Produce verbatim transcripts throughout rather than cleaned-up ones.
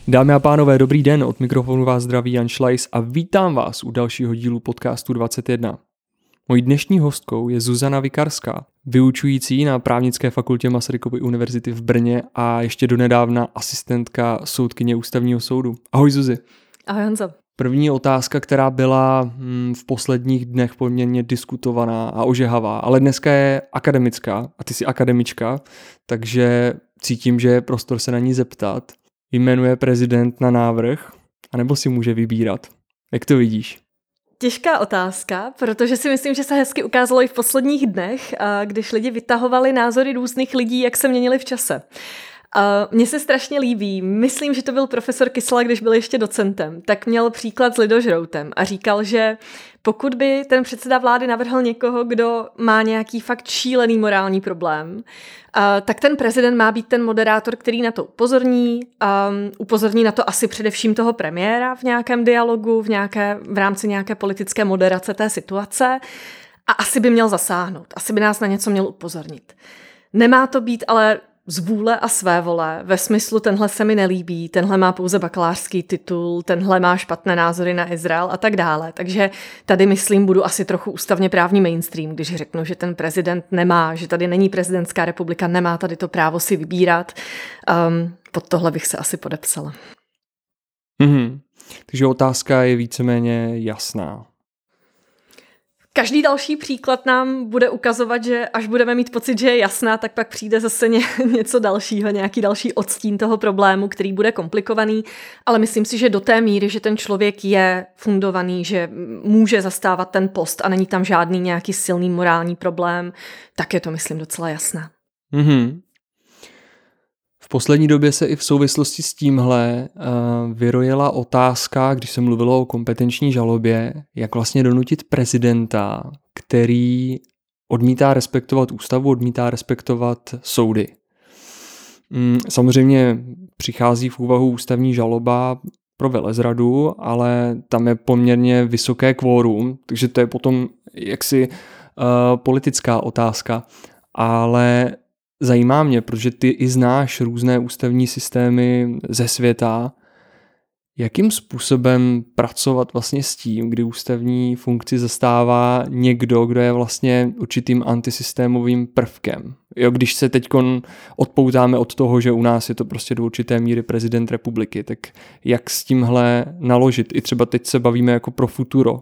Dámy a pánové, dobrý den, od mikrofonu vás zdraví Jan Šlajs a vítám vás u dalšího dílu podcastu dvacet jedna. Mojí dnešní hostkou je Zuzana Vikarská, vyučující na Právnické fakultě Masarykovy univerzity v Brně a ještě donedávna asistentka soudkyně Ústavního soudu. Ahoj Zuzi. Ahoj Honzo. První otázka, která byla hm, v posledních dnech poměrně diskutovaná a ožehavá, ale dneska je akademická a ty jsi akademička, takže cítím, že je prostor se na ní zeptat. Jmenuje prezident na návrh, anebo si může vybírat? Jak to vidíš? Těžká otázka, protože si myslím, že se hezky ukázalo i v posledních dnech, když lidi vytahovali názory různých lidí, jak se měnili v čase. Mně se strašně líbí, myslím, že to byl profesor Kysela, když byl ještě docentem, tak měl příklad s lidožroutem a říkal, že pokud by ten předseda vlády navrhl někoho, kdo má nějaký fakt šílený morální problém, tak ten prezident má být ten moderátor, který na to upozorní, um, upozorní na to asi především toho premiéra v nějakém dialogu, v, nějaké, v rámci nějaké politické moderace té situace a asi by měl zasáhnout, asi by nás na něco měl upozornit. Nemá to být ale z vůle a své vole, ve smyslu tenhle se mi nelíbí, tenhle má pouze bakalářský titul, tenhle má špatné názory na Izrael a tak dále. Takže tady, myslím, budu asi trochu ústavně právní mainstream, když řeknu, že ten prezident nemá, že tady není prezidentská republika, nemá tady to právo si vybírat. Um, pod tohle bych se asi podepsala. Mhm. Takže otázka je víceméně jasná. Každý další příklad nám bude ukazovat, že až budeme mít pocit, že je jasná, tak pak přijde zase ně, něco dalšího, nějaký další odstín toho problému, který bude komplikovaný, ale myslím si, že do té míry, že ten člověk je fundovaný, že může zastávat ten post a není tam žádný nějaký silný morální problém, tak je to, myslím, docela jasné. Mhm. V poslední době se i v souvislosti s tímhle uh, vyrojila otázka, když se mluvilo o kompetenční žalobě, jak vlastně donutit prezidenta, který odmítá respektovat ústavu, odmítá respektovat soudy. Mm, samozřejmě přichází v úvahu ústavní žaloba pro velezradu, ale tam je poměrně vysoké kvórum, takže to je potom jaksi uh, politická otázka, ale zajímá mě, protože ty i znáš různé ústavní systémy ze světa. Jakým způsobem pracovat vlastně s tím, kdy ústavní funkci zastává někdo, kdo je vlastně určitým antisystémovým prvkem? Jo, když se teď odpoutáme od toho, že u nás je to prostě do určité míry prezident republiky, tak jak s tímhle naložit? I třeba teď se bavíme jako pro futuro.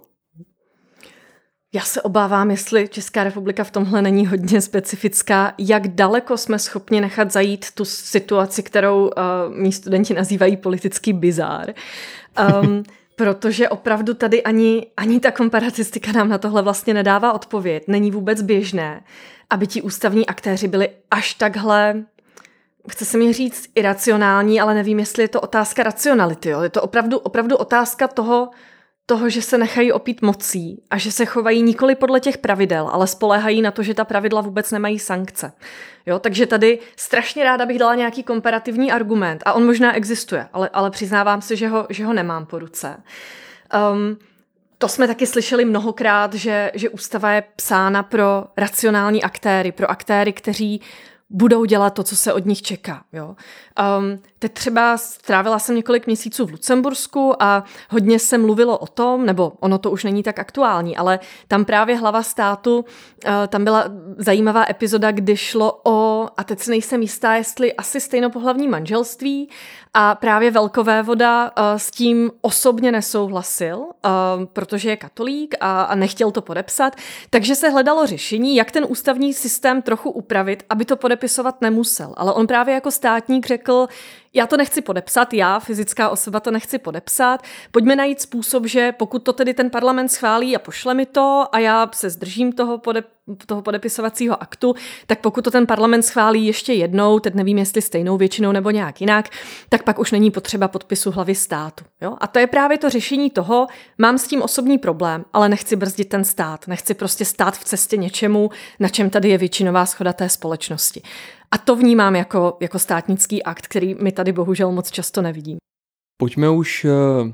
Já se obávám, jestli Česká republika v tomhle není hodně specifická, jak daleko jsme schopni nechat zajít tu situaci, kterou uh, mí studenti nazývají politický bizár. Um, protože opravdu tady ani, ani ta komparatistika nám na tohle vlastně nedává odpověď. Není vůbec běžné, aby ti ústavní aktéři byli až takhle, chce se mi říct, iracionální, ale nevím, jestli je to otázka racionality. Jo? Je to opravdu, opravdu otázka toho, toho, že se nechají opít mocí a že se chovají nikoli podle těch pravidel, ale spoléhají na to, že ta pravidla vůbec nemají sankce. Jo, takže tady strašně ráda bych dala nějaký komparativní argument a on možná existuje, ale, ale přiznávám si, že ho, že ho nemám po ruce. Um, to jsme taky slyšeli mnohokrát, že, že ústava je psána pro racionální aktéry, pro aktéry, kteří budou dělat to, co se od nich čeká. Jo. Um, teď třeba strávila jsem několik měsíců v Lucembursku a hodně se mluvilo o tom, nebo ono to už není tak aktuální, ale tam právě hlava státu, uh, tam byla zajímavá epizoda, kdy šlo o, a teď si nejsem jistá, jestli asi stejnopohlavní manželství, a právě velkovévoda uh, s tím osobně nesouhlasil, uh, protože je katolík a, a nechtěl to podepsat, takže se hledalo řešení, jak ten ústavní systém trochu upravit, aby to podepisovat nemusel. Ale on právě jako státník řekl, já to nechci podepsat, já, fyzická osoba, to nechci podepsat. Pojďme najít způsob, že pokud to tedy ten parlament schválí a pošle mi to a já se zdržím toho, pode, toho podepisovacího aktu, tak pokud to ten parlament schválí ještě jednou, teď nevím, jestli stejnou většinou nebo nějak jinak, tak pak už není potřeba podpisu hlavy státu. Jo? A to je právě to řešení toho, mám s tím osobní problém, ale nechci brzdit ten stát, nechci prostě stát v cestě něčemu, na čem tady je většinová shoda té společnosti. A to vnímám jako, jako státnický akt, který my tady bohužel moc často nevidím. Pojďme už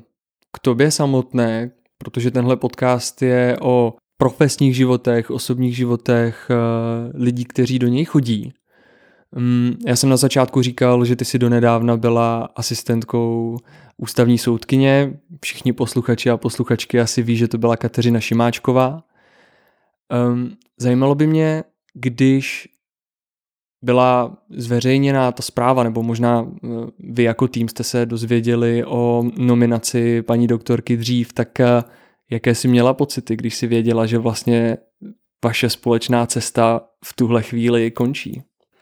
k tobě samotné, protože tenhle podcast je o profesních životech, osobních životech lidí, kteří do něj chodí. Já jsem na začátku říkal, že ty si donedávna byla asistentkou ústavní soudkyně. Všichni posluchači a posluchačky asi ví, že to byla Kateřina Šimáčková. Zajímalo by mě, když byla zveřejněná ta zpráva, nebo možná vy jako tým jste se dozvěděli o nominaci paní doktorky dřív, tak jaké jsi měla pocity, když jsi věděla, že vlastně vaše společná cesta v tuhle chvíli končí?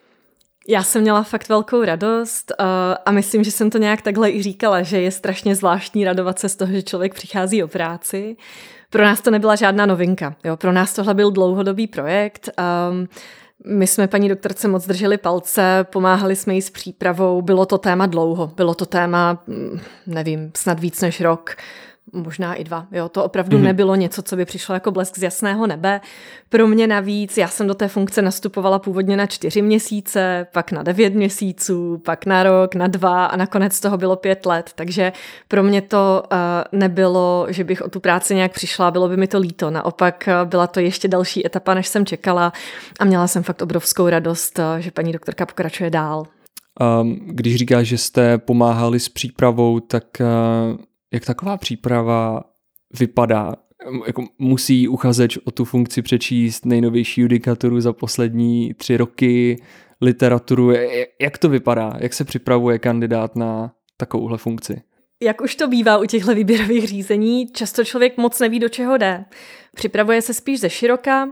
Já jsem měla fakt velkou radost uh, a myslím, že jsem to nějak takhle i říkala, že je strašně zvláštní radovat se z toho, že člověk přichází o práci. Pro nás to nebyla žádná novinka. Jo? Pro nás tohle byl dlouhodobý projekt. Um, my jsme paní doktorce moc drželi palce, pomáhali jsme jí s přípravou, bylo to téma dlouho, bylo to téma, nevím, snad víc než rok, možná i dva. Jo, to opravdu mm-hmm. nebylo něco, co by přišlo jako blesk z jasného nebe. Pro mě navíc, já jsem do té funkce nastupovala původně na čtyři měsíce, pak na devět měsíců, pak na rok, na dva a nakonec toho bylo pět let. Takže pro mě to uh, nebylo, že bych o tu práci nějak přišla, bylo by mi to líto. Naopak uh, byla to ještě další etapa, než jsem čekala a měla jsem fakt obrovskou radost, uh, že paní doktorka pokračuje dál. Um, když říkáš, že jste pomáhali s přípravou, tak uh... jak taková příprava vypadá? Jako musí uchazeč o tu funkci přečíst nejnovější judikaturu za poslední tři roky, literaturu. Jak to vypadá? Jak se připravuje kandidát na takovouhle funkci? Jak už to bývá u těchto výběrových řízení, často člověk moc neví, do čeho jde. Připravuje se spíš ze široka.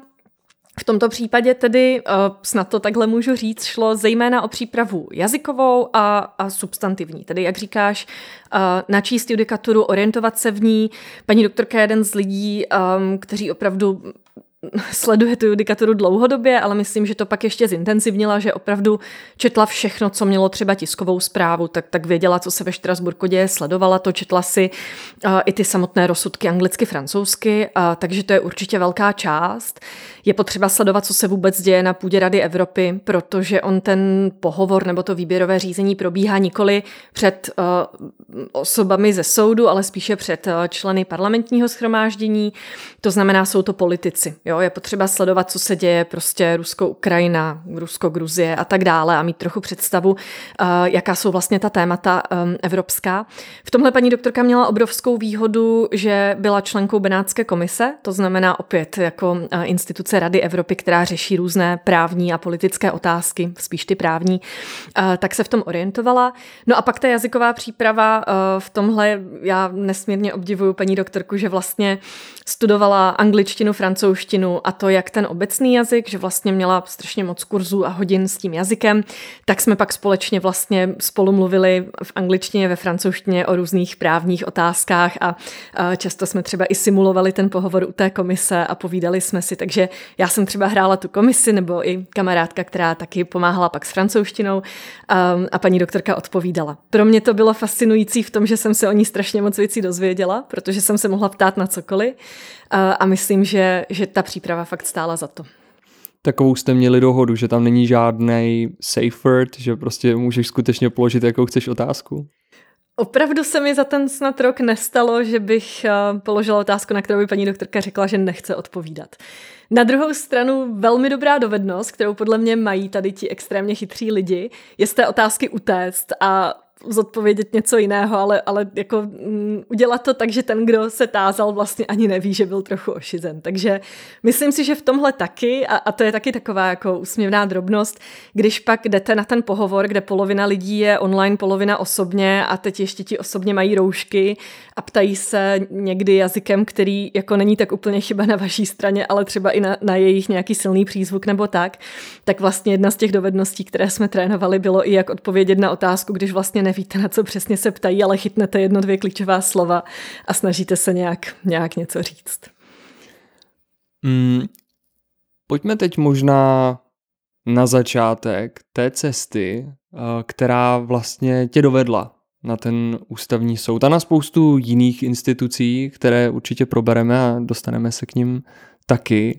V tomto případě tedy, snad to takhle můžu říct, šlo zejména o přípravu jazykovou a, a substantivní. Tedy, jak říkáš, načíst judikaturu, orientovat se v ní. Paní doktorka je jeden z lidí, kteří opravdu sleduje tu judikaturu dlouhodobě, ale myslím, že to pak ještě zintenzivnila, že opravdu četla všechno, co mělo třeba tiskovou zprávu, tak, tak věděla, co se ve Štrasburku děje, sledovala to, četla si uh, i ty samotné rozsudky anglicky, francouzsky, uh, takže to je určitě velká část. Je potřeba sledovat, co se vůbec děje na půdě Rady Evropy, protože on ten pohovor nebo to výběrové řízení probíhá nikoli před uh, osobami ze soudu, ale spíše před uh, členy parlamentního shromáždění, to znamená, jsou to politici. Jo, je potřeba sledovat, co se děje prostě Rusko-Ukrajina, Rusko-Gruzie a tak dále a mít trochu představu, uh, jaká jsou vlastně ta témata um, evropská. V tomhle paní doktorka měla obrovskou výhodu, že byla členkou Benátské komise, to znamená opět jako uh, instituce Rady Evropy, která řeší různé právní a politické otázky, spíš ty právní, uh, tak se v tom orientovala. No a pak ta jazyková příprava, uh, v tomhle já nesmírně obdivuju paní doktorku, že vlastně studovala angličtinu, francouzštinu a to jak ten obecný jazyk, že vlastně měla strašně moc kurzů a hodin s tím jazykem, tak jsme pak společně vlastně spolu mluvili v angličtině, ve francouzštině o různých právních otázkách a často jsme třeba i simulovali ten pohovor u té komise a povídali jsme si, takže já jsem třeba hrála tu komisi nebo i kamarádka, která taky pomáhala pak s francouzštinou a paní doktorka odpovídala. Pro mě to bylo fascinující v tom, že jsem se o ní strašně moc věcí dozvěděla, protože jsem se mohla ptát na cokoliv a myslím, že, že ta příprava fakt stála za to. Takovou jste měli dohodu, že tam není žádnej safe word, že prostě můžeš skutečně položit, jakou chceš otázku? Opravdu se mi za ten snad rok nestalo, že bych položila otázku, na kterou by paní doktorka řekla, že nechce odpovídat. Na druhou stranu velmi dobrá dovednost, kterou podle mě mají tady ti extrémně chytří lidi, je z té otázky utéct a zodpovědět něco jiného, ale, ale jako um, udělat to tak, že ten, kdo se tázal, vlastně ani neví, že byl trochu ošizen. Takže myslím si, že v tomhle taky, a, a to je taky taková jako úsměvná drobnost, když pak jdete na ten pohovor, kde polovina lidí je online, polovina osobně a teď ještě ti osobně mají roušky a ptají se někdy jazykem, který jako není tak úplně chyba na vaší straně, ale třeba i na, na jejich nějaký silný přízvuk nebo tak, tak vlastně jedna z těch dovedností, které jsme trénovali, bylo i jak odpovědět na otázku, když vlastně nevíte, na co přesně se ptají, ale chytnete jedno, dvě klíčová slova a snažíte se nějak, nějak něco říct. Mm, pojďme teď možná na začátek té cesty, která vlastně tě dovedla na ten ústavní soud a na spoustu jiných institucí, které určitě probereme a dostaneme se k nim taky.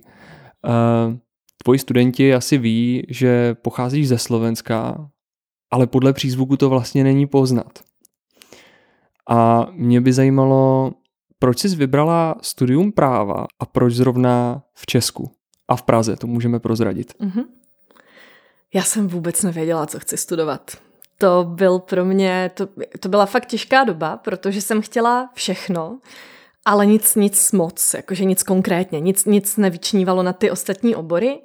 Tvoji studenti asi ví, že pocházíš ze Slovenska, ale podle přízvuku to vlastně není poznat. A mě by zajímalo, proč jsi vybrala studium práva a proč zrovna v Česku a v Praze, to můžeme prozradit. Mm-hmm. Já jsem vůbec nevěděla, co chci studovat. To byl pro mě, to, to byla fakt těžká doba, protože jsem chtěla všechno, ale nic, nic moc, jakože nic konkrétně, nic, nic nevyčnívalo na ty ostatní obory.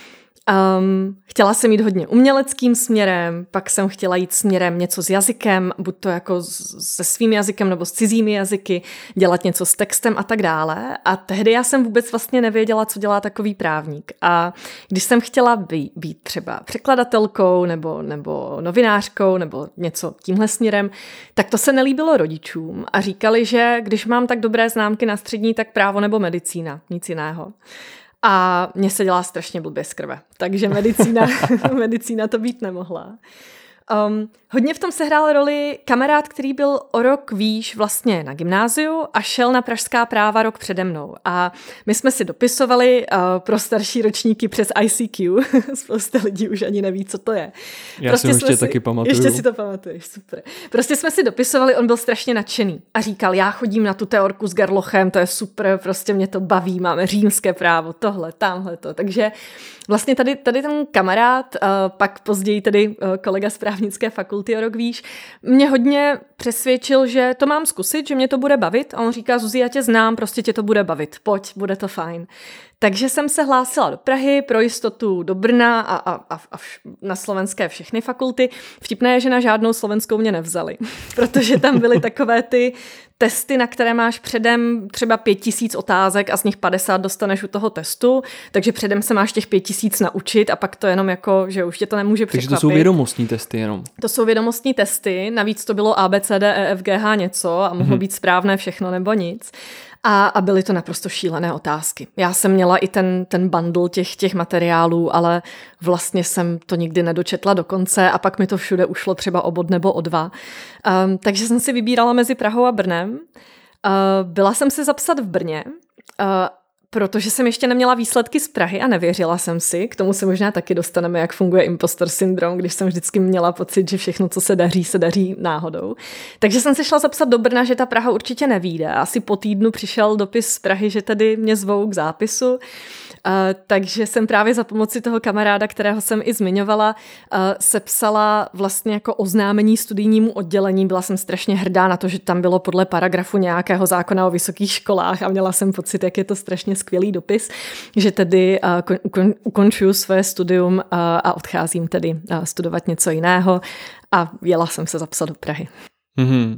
Um, chtěla jsem jít hodně uměleckým směrem, pak jsem chtěla jít směrem něco s jazykem, buď to jako se svým jazykem nebo s cizími jazyky, dělat něco s textem a tak dále. A tehdy já jsem vůbec vlastně nevěděla, co dělá takový právník. A když jsem chtěla být, být třeba překladatelkou nebo, nebo novinářkou nebo něco tímhle směrem, tak to se nelíbilo rodičům a říkali, že když mám tak dobré známky na střední, tak právo nebo medicína, nic jiného. A mně se dělá strašně blbě z krve, takže medicína, medicína to být nemohla. Um, hodně v tom sehrál roli kamarád, který byl o rok výš vlastně na gymnáziu a šel na pražská práva rok přede mnou. A my jsme si dopisovali uh, pro starší ročníky přes I C Q. Spousta lidí už ani neví, co to je. Já prostě si ještě si, taky pamatuju. Ještě si to pamatuješ, super. Prostě jsme si dopisovali, on byl strašně nadšený a říkal, já chodím na tu teorku s Gerlochem, to je super, prostě mě to baví, máme římské právo, tohle, tamhle to. Takže vlastně tady, tady ten kamarád, uh, pak později tedy uh, kolega z právnické fakulty o rok výš, mě hodně přesvědčil, že to mám zkusit, že mě to bude bavit. A on říká, Zuzi, já tě znám, prostě tě to bude bavit, pojď, bude to fajn. Takže jsem se hlásila do Prahy, pro jistotu do Brna a, a, a, a na slovenské všechny fakulty. Vtipné je, že na žádnou slovenskou mě nevzali, protože tam byly takové ty testy, na které máš předem třeba pět tisíc otázek a z nich padesát dostaneš u toho testu, takže předem se máš těch pět tisíc naučit a pak to jenom jako, že už tě to nemůže překvapit. Takže to jsou vědomostní testy jenom. To jsou vědomostní testy, navíc to bylo A, B, C, D, E, F, G, H něco a mohlo mm-hmm. být správné všechno nebo nic. A, a byly to naprosto šílené otázky. Já jsem měla i ten, ten bundle těch, těch materiálů, ale vlastně jsem to nikdy nedočetla do konce a pak mi to všude ušlo třeba o bod nebo o dva. Um, takže jsem si vybírala mezi Prahou a Brnem. Uh, byla jsem se zapsat v Brně, uh, protože jsem ještě neměla výsledky z Prahy a nevěřila jsem si. K tomu se možná taky dostaneme, jak funguje impostor syndrom, když jsem vždycky měla pocit, že všechno, co se daří, se daří náhodou. Takže jsem se šla zapsat do Brna, že ta Praha určitě nevyjde. Asi po týdnu přišel dopis z Prahy, že tady mě zvou k zápisu. Uh, takže jsem právě za pomoci toho kamaráda, kterého jsem i zmiňovala, uh, sepsala vlastně jako oznámení studijnímu oddělení. Byla jsem strašně hrdá na to, že tam bylo podle paragrafu nějakého zákona o vysokých školách a měla jsem pocit, jak je to strašně skvělý dopis, že tedy uh, ukon, ukončuju své studium uh, a odcházím tedy uh, studovat něco jiného a jela jsem se zapsat do Prahy. Mm-hmm.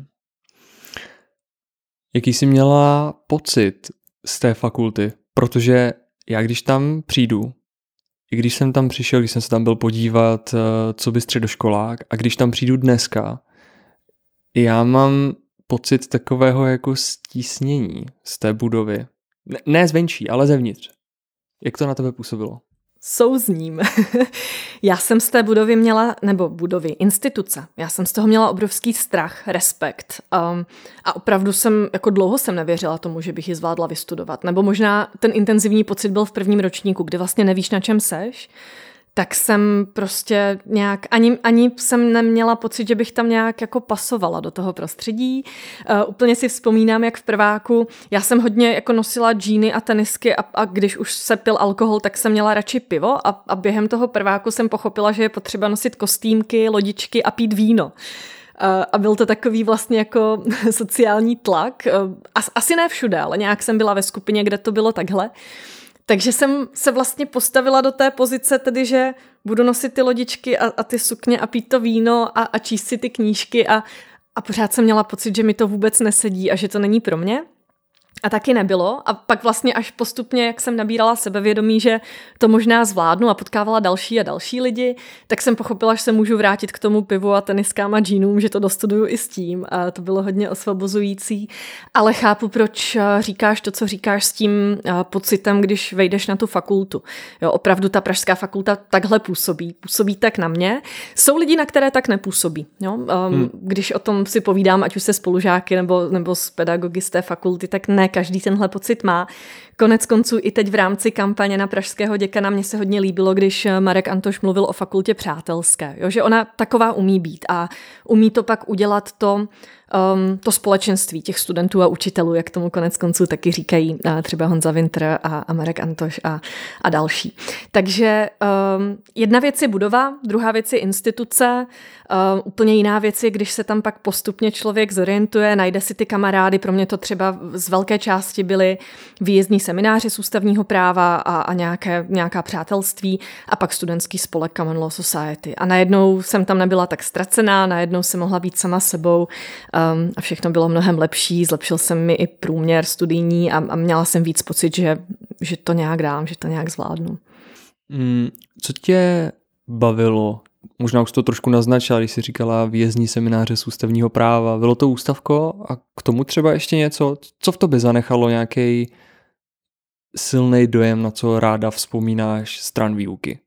Jaký jsi měla pocit z té fakulty? Protože já když tam přijdu, i když jsem tam přišel, když jsem se tam byl podívat, co by středoškolák, a když tam přijdu dneska, já mám pocit takového jako stísnění z té budovy. Ne, ne zvenčí, ale zevnitř. Jak to na tebe působilo? Souzním. Já jsem z té budovy měla, nebo budovy, instituce, já jsem z toho měla obrovský strach, respekt. Um, a opravdu jsem, jako dlouho jsem nevěřila tomu, že bych ji zvládla vystudovat. Nebo možná ten intenzivní pocit byl v prvním ročníku, kdy vlastně nevíš, na čem seš, tak jsem prostě nějak, ani, ani jsem neměla pocit, že bych tam nějak jako pasovala do toho prostředí. Uh, úplně si vzpomínám, jak v prváku, já jsem hodně jako nosila džíny a tenisky a, a když už se pil alkohol, tak jsem měla radši pivo a, a během toho prváku jsem pochopila, že je potřeba nosit kostýmky, lodičky a pít víno. Uh, a byl to takový vlastně jako sociální tlak. Uh, asi ne všude, ale nějak jsem byla ve skupině, kde to bylo takhle. Takže jsem se vlastně postavila do té pozice, tedy, že budu nosit ty lodičky a, a ty sukně a pít to víno a, a číst si ty knížky a, a pořád jsem měla pocit, že mi to vůbec nesedí a že to není pro mě. A taky nebylo. A pak vlastně až postupně, jak jsem nabírala sebevědomí, že to možná zvládnu a potkávala další a další lidi, tak jsem pochopila, že se můžu vrátit k tomu pivu a teniskám a džínům, že to dostuduju i s tím. A to bylo hodně osvobozující. Ale chápu, proč říkáš to, co říkáš s tím pocitem, když vejdeš na tu fakultu. Jo, opravdu ta pražská fakulta takhle působí. Působí tak na mě. Jsou lidi, na které tak nepůsobí. Jo? Um, hmm. Když o tom si povídám, ať už se spolužáky nebo, nebo s pedagogy z té fakulty, tak ne každý tenhle pocit má. Konec konců i teď v rámci kampaně na pražského děkana mě se hodně líbilo, když Marek Antoš mluvil o fakultě přátelské, jo, že ona taková umí být a umí to pak udělat to, Um, to společenství těch studentů a učitelů, jak tomu konec konců taky říkají uh, třeba Honza Winter a, a Marek Antoš a, a další. Takže um, jedna věc je budova, druhá věc je instituce, uh, úplně jiná věc je, když se tam pak postupně člověk zorientuje, najde si ty kamarády, pro mě to třeba z velké části byly výjezdní semináře z ústavního práva a, a nějaké, nějaká přátelství a pak studentský spolek Common Law Society. A najednou jsem tam nebyla tak ztracená, najednou jsem mohla být sama sebou, Um, a všechno bylo mnohem lepší, zlepšil se mi i průměr studijní a, a měla jsem víc pocit, že, že to nějak dám, že to nějak zvládnu. Mm, co tě bavilo? Možná už to trošku naznačila, když jsi říkala výjezdní semináře z ústavního práva. Bylo to ústavko a k tomu třeba ještě něco? Co v tobě zanechalo nějaký silný dojem, na co ráda vzpomínáš stran výuky?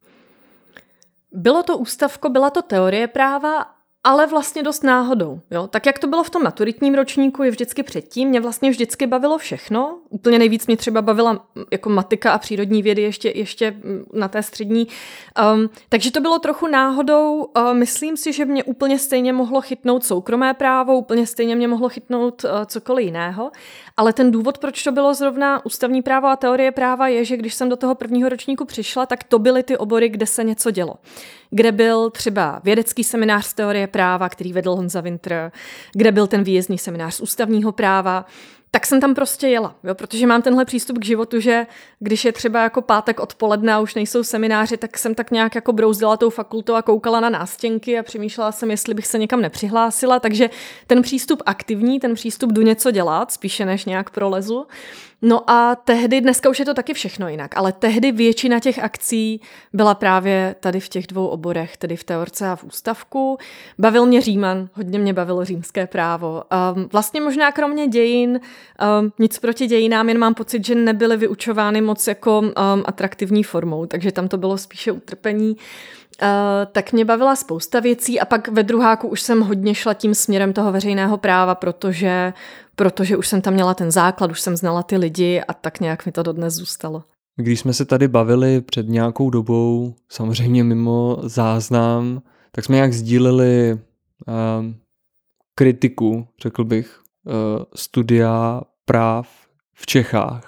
Bylo to ústavko, byla to teorie práva, ale vlastně dost náhodou. Jo? Tak jak to bylo v tom maturitním ročníku, je vždycky předtím, mě vlastně vždycky bavilo všechno. Úplně nejvíc mě třeba bavila jako matika a přírodní vědy ještě, ještě na té střední. Um, takže to bylo trochu náhodou. Uh, myslím si, že mě úplně stejně mohlo chytnout soukromé právo, úplně stejně mě mohlo chytnout uh, cokoliv jiného. Ale ten důvod, proč to bylo zrovna ústavní právo a teorie práva, je, že když jsem do toho prvního ročníku přišla, tak to byly ty obory, kde se něco dělo. Kde byl třeba vědecký seminář z teorie práva, který vedl Honza Winter, kde byl ten výjezdní seminář z ústavního práva, tak jsem tam prostě jela, jo, protože mám tenhle přístup k životu, že když je třeba jako pátek odpoledne a už nejsou semináři, tak jsem tak nějak jako brouzdila tou fakultou a koukala na nástěnky a přemýšlela jsem, jestli bych se někam nepřihlásila, takže ten přístup aktivní, ten přístup jdu něco dělat, spíše než nějak prolezu. No a tehdy, dneska už je to taky všechno jinak, ale tehdy většina těch akcí byla právě tady v těch dvou oborech, tedy v teorce a v ústavku. Bavil mě Říman, hodně mě bavilo římské právo. Um, vlastně možná kromě dějin, um, nic proti dějinám, jen mám pocit, že nebyly vyučovány moc jako um, atraktivní formou, takže tam to bylo spíše utrpení. Uh, tak mě bavila spousta věcí a pak ve druháku už jsem hodně šla tím směrem toho veřejného práva, protože, protože už jsem tam měla ten základ, už jsem znala ty lidi a tak nějak mi to dodnes zůstalo. Když jsme se tady bavili před nějakou dobou, samozřejmě mimo záznam, tak jsme nějak sdíleli uh, kritiku, řekl bych, uh, studia práv v Čechách.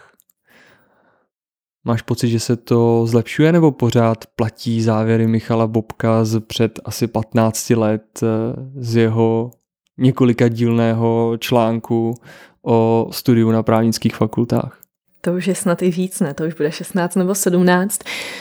Máš pocit, že se to zlepšuje, nebo pořád platí závěry Michala Bobka z před asi patnácti let z jeho několikadílného článku o studiu na právnických fakultách? To už je snad i víc, ne? To už bude šestnáct nebo sedmnáct.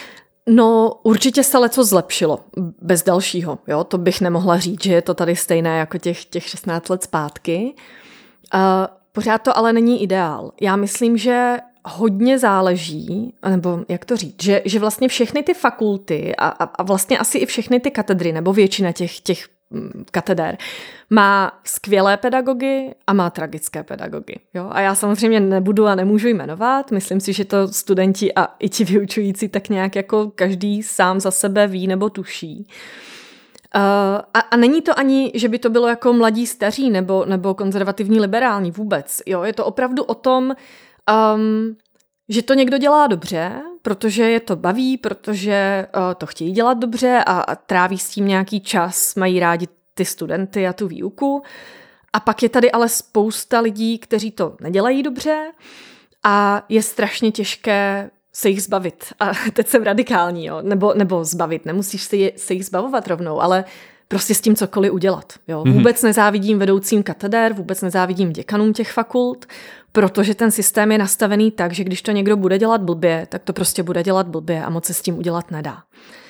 No, určitě se leco zlepšilo, bez dalšího. Jo? To bych nemohla říct, že je to tady stejné jako těch, těch šestnáct let zpátky. Uh, pořád to ale není ideál. Já myslím, že hodně záleží, nebo jak to říct, že, že vlastně všechny ty fakulty a, a, a vlastně asi i všechny ty katedry, nebo většina těch, těch kateder, má skvělé pedagogy a má tragické pedagogy. Jo? A já samozřejmě nebudu a nemůžu jmenovat, myslím si, že to studenti a i ti vyučující tak nějak jako každý sám za sebe ví nebo tuší. Uh, a, a není to ani, že by to bylo jako mladí staří nebo, nebo konzervativní liberální vůbec. Jo? Je to opravdu o tom, Um, že to někdo dělá dobře, protože je to baví, protože uh, to chtějí dělat dobře a, a tráví s tím nějaký čas, mají rádi ty studenty a tu výuku. A pak je tady ale spousta lidí, kteří to nedělají dobře a je strašně těžké se jich zbavit. A teď jsem radikální, jo? Nebo, nebo zbavit, nemusíš se, je, se jich zbavovat rovnou, ale prostě s tím cokoliv udělat. Jo? Vůbec nezávidím vedoucím kateder, vůbec nezávidím děkanům těch fakult, protože ten systém je nastavený tak, že když to někdo bude dělat blbě, tak to prostě bude dělat blbě a moc se s tím udělat nedá.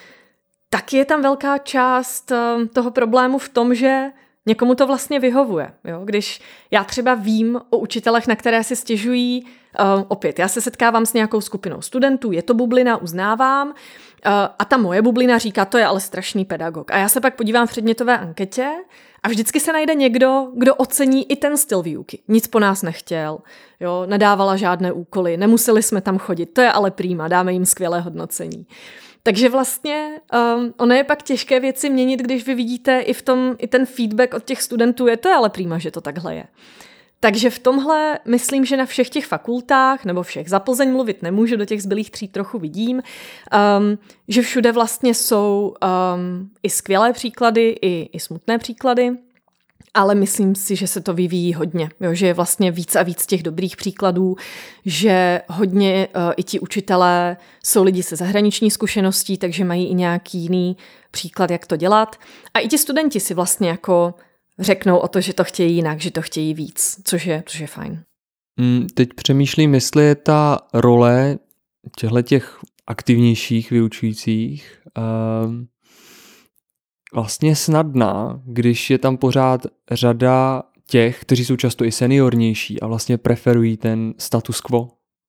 Tak je tam velká část toho problému v tom, že někomu to vlastně vyhovuje. Jo? Když já třeba vím o učitelech, na které si stěžují, uh, opět, já se setkávám s nějakou skupinou studentů, je to bublina, uznávám, uh, a ta moje bublina říká, to je ale strašný pedagog. A já se pak podívám v předmětové anketě a vždycky se najde někdo, kdo ocení i ten styl výuky. Nic po nás nechtěl, jo? Nedávala žádné úkoly, nemuseli jsme tam chodit, to je ale prýma, dáme jim skvělé hodnocení. Takže vlastně um, ono je pak těžké věci měnit, když vy vidíte i v tom, i ten feedback od těch studentů, je to ale prýma, že to takhle je. takže v tomhle myslím, že na všech těch fakultách, nebo všech, za Plzeň mluvit nemůžu, do těch zbylých tříd trochu vidím, um, že všude vlastně jsou um, i skvělé příklady, i, i smutné příklady, ale myslím si, že se to vyvíjí hodně, jo, že je vlastně víc a víc těch dobrých příkladů, že hodně uh, i ti učitelé jsou lidi se zahraniční zkušeností, takže mají i nějaký jiný příklad, jak to dělat. A i ti studenti si vlastně jako řeknou o to, že to chtějí jinak, že to chtějí víc, což je, což je fajn. Mm, teď přemýšlím, jestli je ta role těchto těch aktivnějších vyučujících uh, vlastně snadná, když je tam pořád řada těch, kteří jsou často i seniornější a vlastně preferují ten status quo.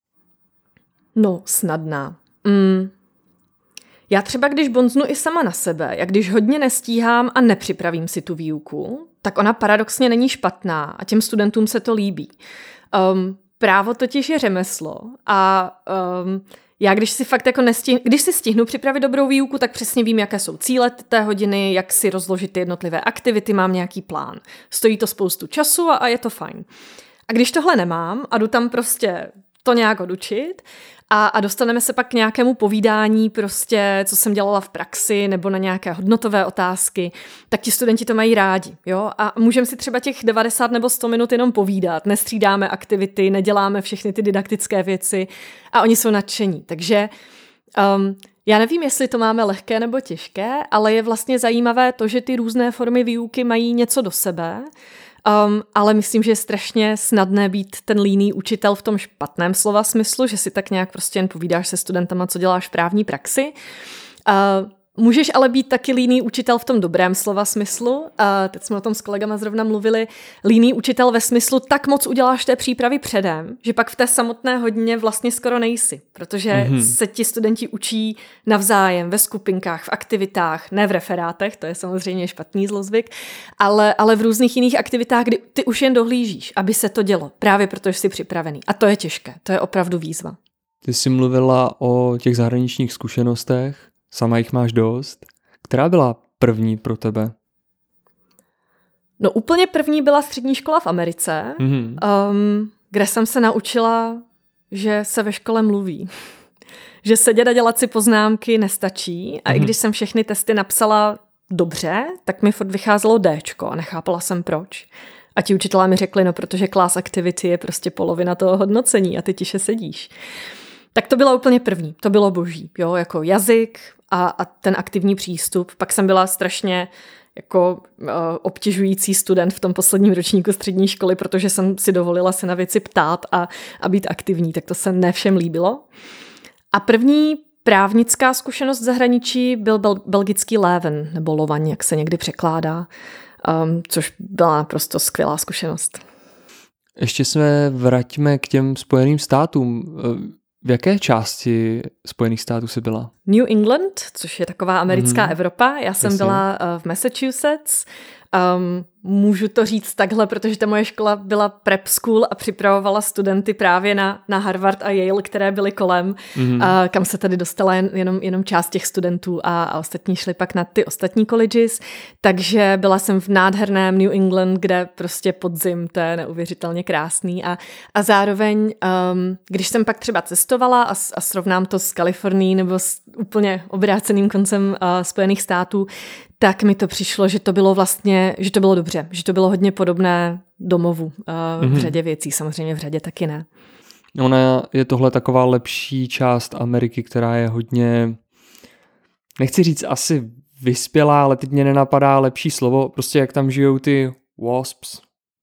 No, snadná. Mm. Já třeba, když bonznu i sama na sebe, jak když hodně nestíhám a nepřipravím si tu výuku, tak ona paradoxně není špatná a těm studentům se to líbí. Um, právo totiž je řemeslo a um, já když si fakt jako nestihnu, když si stihnu připravit dobrou výuku, tak přesně vím, jaké jsou cíle té hodiny, jak si rozložit ty jednotlivé aktivity, mám nějaký plán. Stojí to spoustu času a, a je to fajn. A když tohle nemám a jdu tam prostě to nějak odučit a, a dostaneme se pak k nějakému povídání prostě, co jsem dělala v praxi nebo na nějaké hodnotové otázky, tak ti studenti to mají rádi, jo? A můžeme si třeba těch devadesát nebo sto minut jenom povídat, nestřídáme aktivity, neděláme všechny ty didaktické věci a oni jsou nadšení. Takže um, já nevím, jestli to máme lehké nebo těžké, ale je vlastně zajímavé to, že ty různé formy výuky mají něco do sebe. Um, ale myslím, že je strašně snadné být ten líný učitel v tom špatném slova smyslu, že si tak nějak prostě jen povídáš se studentama, co děláš v právní praxi. Uh, můžeš ale být taky líný učitel v tom dobrém slova smyslu. Uh, teď jsme o tom s kolegama zrovna mluvili. Líný učitel ve smyslu tak moc uděláš té přípravy předem, že pak v té samotné hodině vlastně skoro nejsi, protože mm-hmm. se ti studenti učí navzájem ve skupinkách, v aktivitách, ne v referátech, to je samozřejmě špatný zlozvyk, ale, ale v různých jiných aktivitách, kdy ty už jen dohlížíš, aby se to dělo, právě protože jsi připravený. A to je těžké, to je opravdu výzva. Ty jsi mluvila o těch zahraničních zkušenostech, sama jich máš dost. Která byla první pro tebe? No úplně první byla střední škola v Americe, mm-hmm. um, kde jsem se naučila, že se ve škole mluví. Že sedět a dělat si poznámky nestačí. A mm-hmm. i když jsem všechny testy napsala dobře, tak mi furt vycházelo Déčko a nechápala jsem proč. A ti učitelé mi řekli, no protože class activity je prostě polovina toho hodnocení a ty tiše sedíš. Tak to byla úplně první, to bylo boží, jo, jako jazyk a, a ten aktivní přístup. Pak jsem byla strašně jako uh, obtěžující student v tom posledním ročníku střední školy, protože jsem si dovolila se na věci ptát a, a být aktivní, tak to se ne všem líbilo. A první právnická zkušenost v zahraničí byl bel- belgický Leuven, nebo Lovaň, jak se někdy překládá, um, což byla naprosto skvělá zkušenost. Ještě se vraťme k těm Spojeným státům. V jaké části Spojených států jsi byla? New England, což je taková americká mm. Evropa. Já jsem Jasně. byla uh, v Massachusetts. Um, můžu to říct takhle, protože ta moje škola byla prep school a připravovala studenty právě na, na Harvard a Yale, které byly kolem, mm. uh, kam se tady dostala jen, jenom, jenom část těch studentů a, a ostatní šli pak na ty ostatní colleges. Takže byla jsem v nádherném New England, kde prostě podzim, to je neuvěřitelně krásný. A, a zároveň, um, když jsem pak třeba cestovala a, a srovnám to s Kalifornií nebo s úplně obráceným koncem uh, Spojených států, tak mi to přišlo, že to bylo vlastně, že to bylo dobře, že to bylo hodně podobné domovu uh, mm-hmm. v řadě věcí, samozřejmě v řadě taky ne. Ona je tohle taková lepší část Ameriky, která je hodně, nechci říct asi vyspělá, ale teď mě nenapadá lepší slovo, prostě jak tam žijou ty wasps,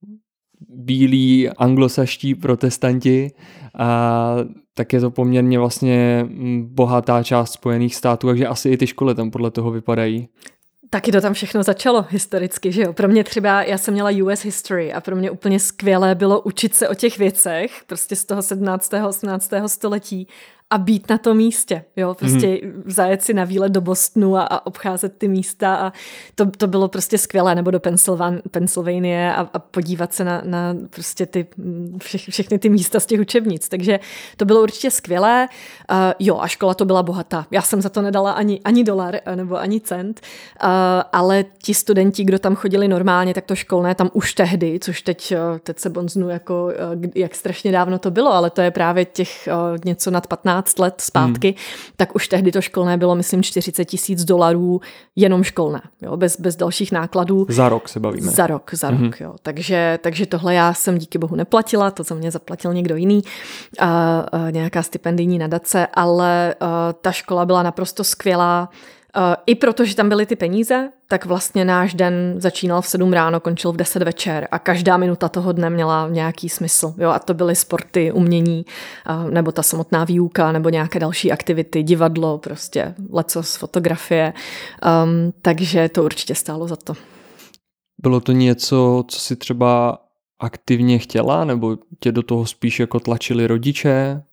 bílí anglosaští protestanti, a tak je to poměrně vlastně bohatá část Spojených států, takže asi i ty školy tam podle toho vypadají. Taky to tam všechno začalo historicky, že jo. Pro mě třeba, já jsem měla U S History a pro mě úplně skvělé bylo učit se o těch věcech, prostě z toho sedmnáctého osmnáctého století a být na tom místě, jo, prostě mm. zajet si na výlet do Bostonu a, a obcházet ty místa a to, to bylo prostě skvělé, nebo do Pensylvan, Pensylvanie a, a podívat se na, na prostě ty, vše, všechny ty místa z těch učebnic, takže to bylo určitě skvělé, uh, jo, a škola to byla bohatá, já jsem za to nedala ani, ani dolar nebo ani cent, uh, ale ti studenti, kdo tam chodili normálně, tak to školné tam už tehdy, což teď, teď se bonznu jako, jak strašně dávno to bylo, ale to je právě těch uh, něco nad patnáct let zpátky, hmm. tak už tehdy to školné bylo, myslím, čtyřicet tisíc dolarů jenom školné, jo, bez, bez dalších nákladů. Za rok se bavíme. Za rok, za hmm. rok, jo. Takže, takže tohle já jsem díky bohu neplatila, to za mě zaplatil někdo jiný, uh, uh, nějaká stipendijní nadace, ale uh, ta škola byla naprosto skvělá. Uh, I protože tam byly ty peníze, tak vlastně náš den začínal v sedm ráno, končil v deset večer a každá minuta toho dne měla nějaký smysl. Jo? A to byly sporty, umění, uh, nebo ta samotná výuka, nebo nějaké další aktivity, divadlo, prostě lecos, fotografie. Um, takže to určitě stálo za to. Bylo to něco, co si třeba aktivně chtěla, nebo tě do toho spíš jako tlačili rodiče?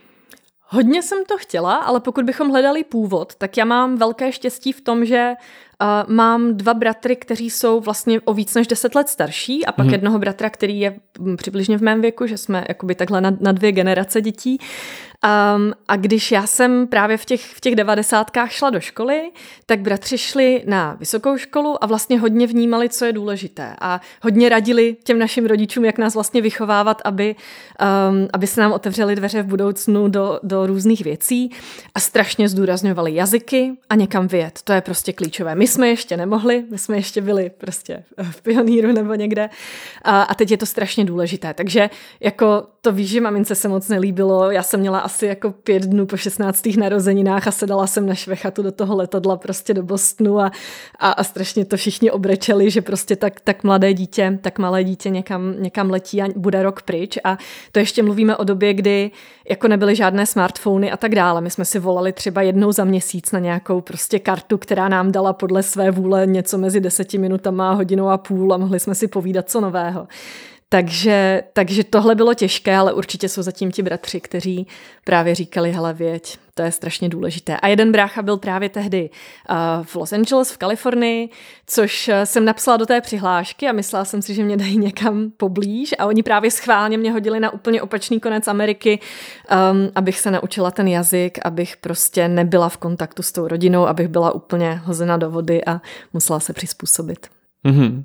Hodně jsem to chtěla, ale pokud bychom hledali původ, tak já mám velké štěstí v tom, že uh, mám dva bratry, kteří jsou vlastně o víc než deset let starší a pak hmm. jednoho bratra, který je přibližně v mém věku, že jsme jakoby takhle na, na dvě generace dětí. Um, a když já jsem právě v těch, v těch devadesátkách šla do školy, tak bratři šli na vysokou školu a vlastně hodně vnímali, co je důležité. A hodně radili těm našim rodičům, jak nás vlastně vychovávat, aby, um, aby se nám otevřely dveře v budoucnu do, do různých věcí. A strašně zdůrazňovali jazyky a někam vyjet. To je prostě klíčové. My jsme ještě nemohli, my jsme ještě byli prostě v Pioníru nebo někde. A, a teď je to strašně důležité. Takže jako to víš, že mamince se moc nelíbilo. Já jsem měla asi jako pět dnů po šestnáctých narozeninách a sedala jsem na švechatu do toho letadla prostě do Bostonu a, a, a strašně to všichni obrečeli, že prostě tak, tak mladé dítě, tak malé dítě někam, někam letí a bude rok pryč. A to ještě mluvíme o době, kdy jako nebyly žádné smartfony a tak dále. My jsme si volali třeba jednou za měsíc na nějakou prostě kartu, která nám dala podle své vůle něco mezi deseti minutama a hodinou a půl a mohli jsme si povídat co nového. Takže, takže tohle bylo těžké, ale určitě jsou zatím ti bratři, kteří právě říkali, hele věď, to je strašně důležité. A jeden brácha byl právě tehdy uh, v Los Angeles, v Kalifornii, což jsem napsala do té přihlášky a myslela jsem si, že mě dají někam poblíž a oni právě schválně mě hodili na úplně opačný konec Ameriky, um, abych se naučila ten jazyk, abych prostě nebyla v kontaktu s tou rodinou, abych byla úplně hozena do vody a musela se přizpůsobit. Mm-hmm.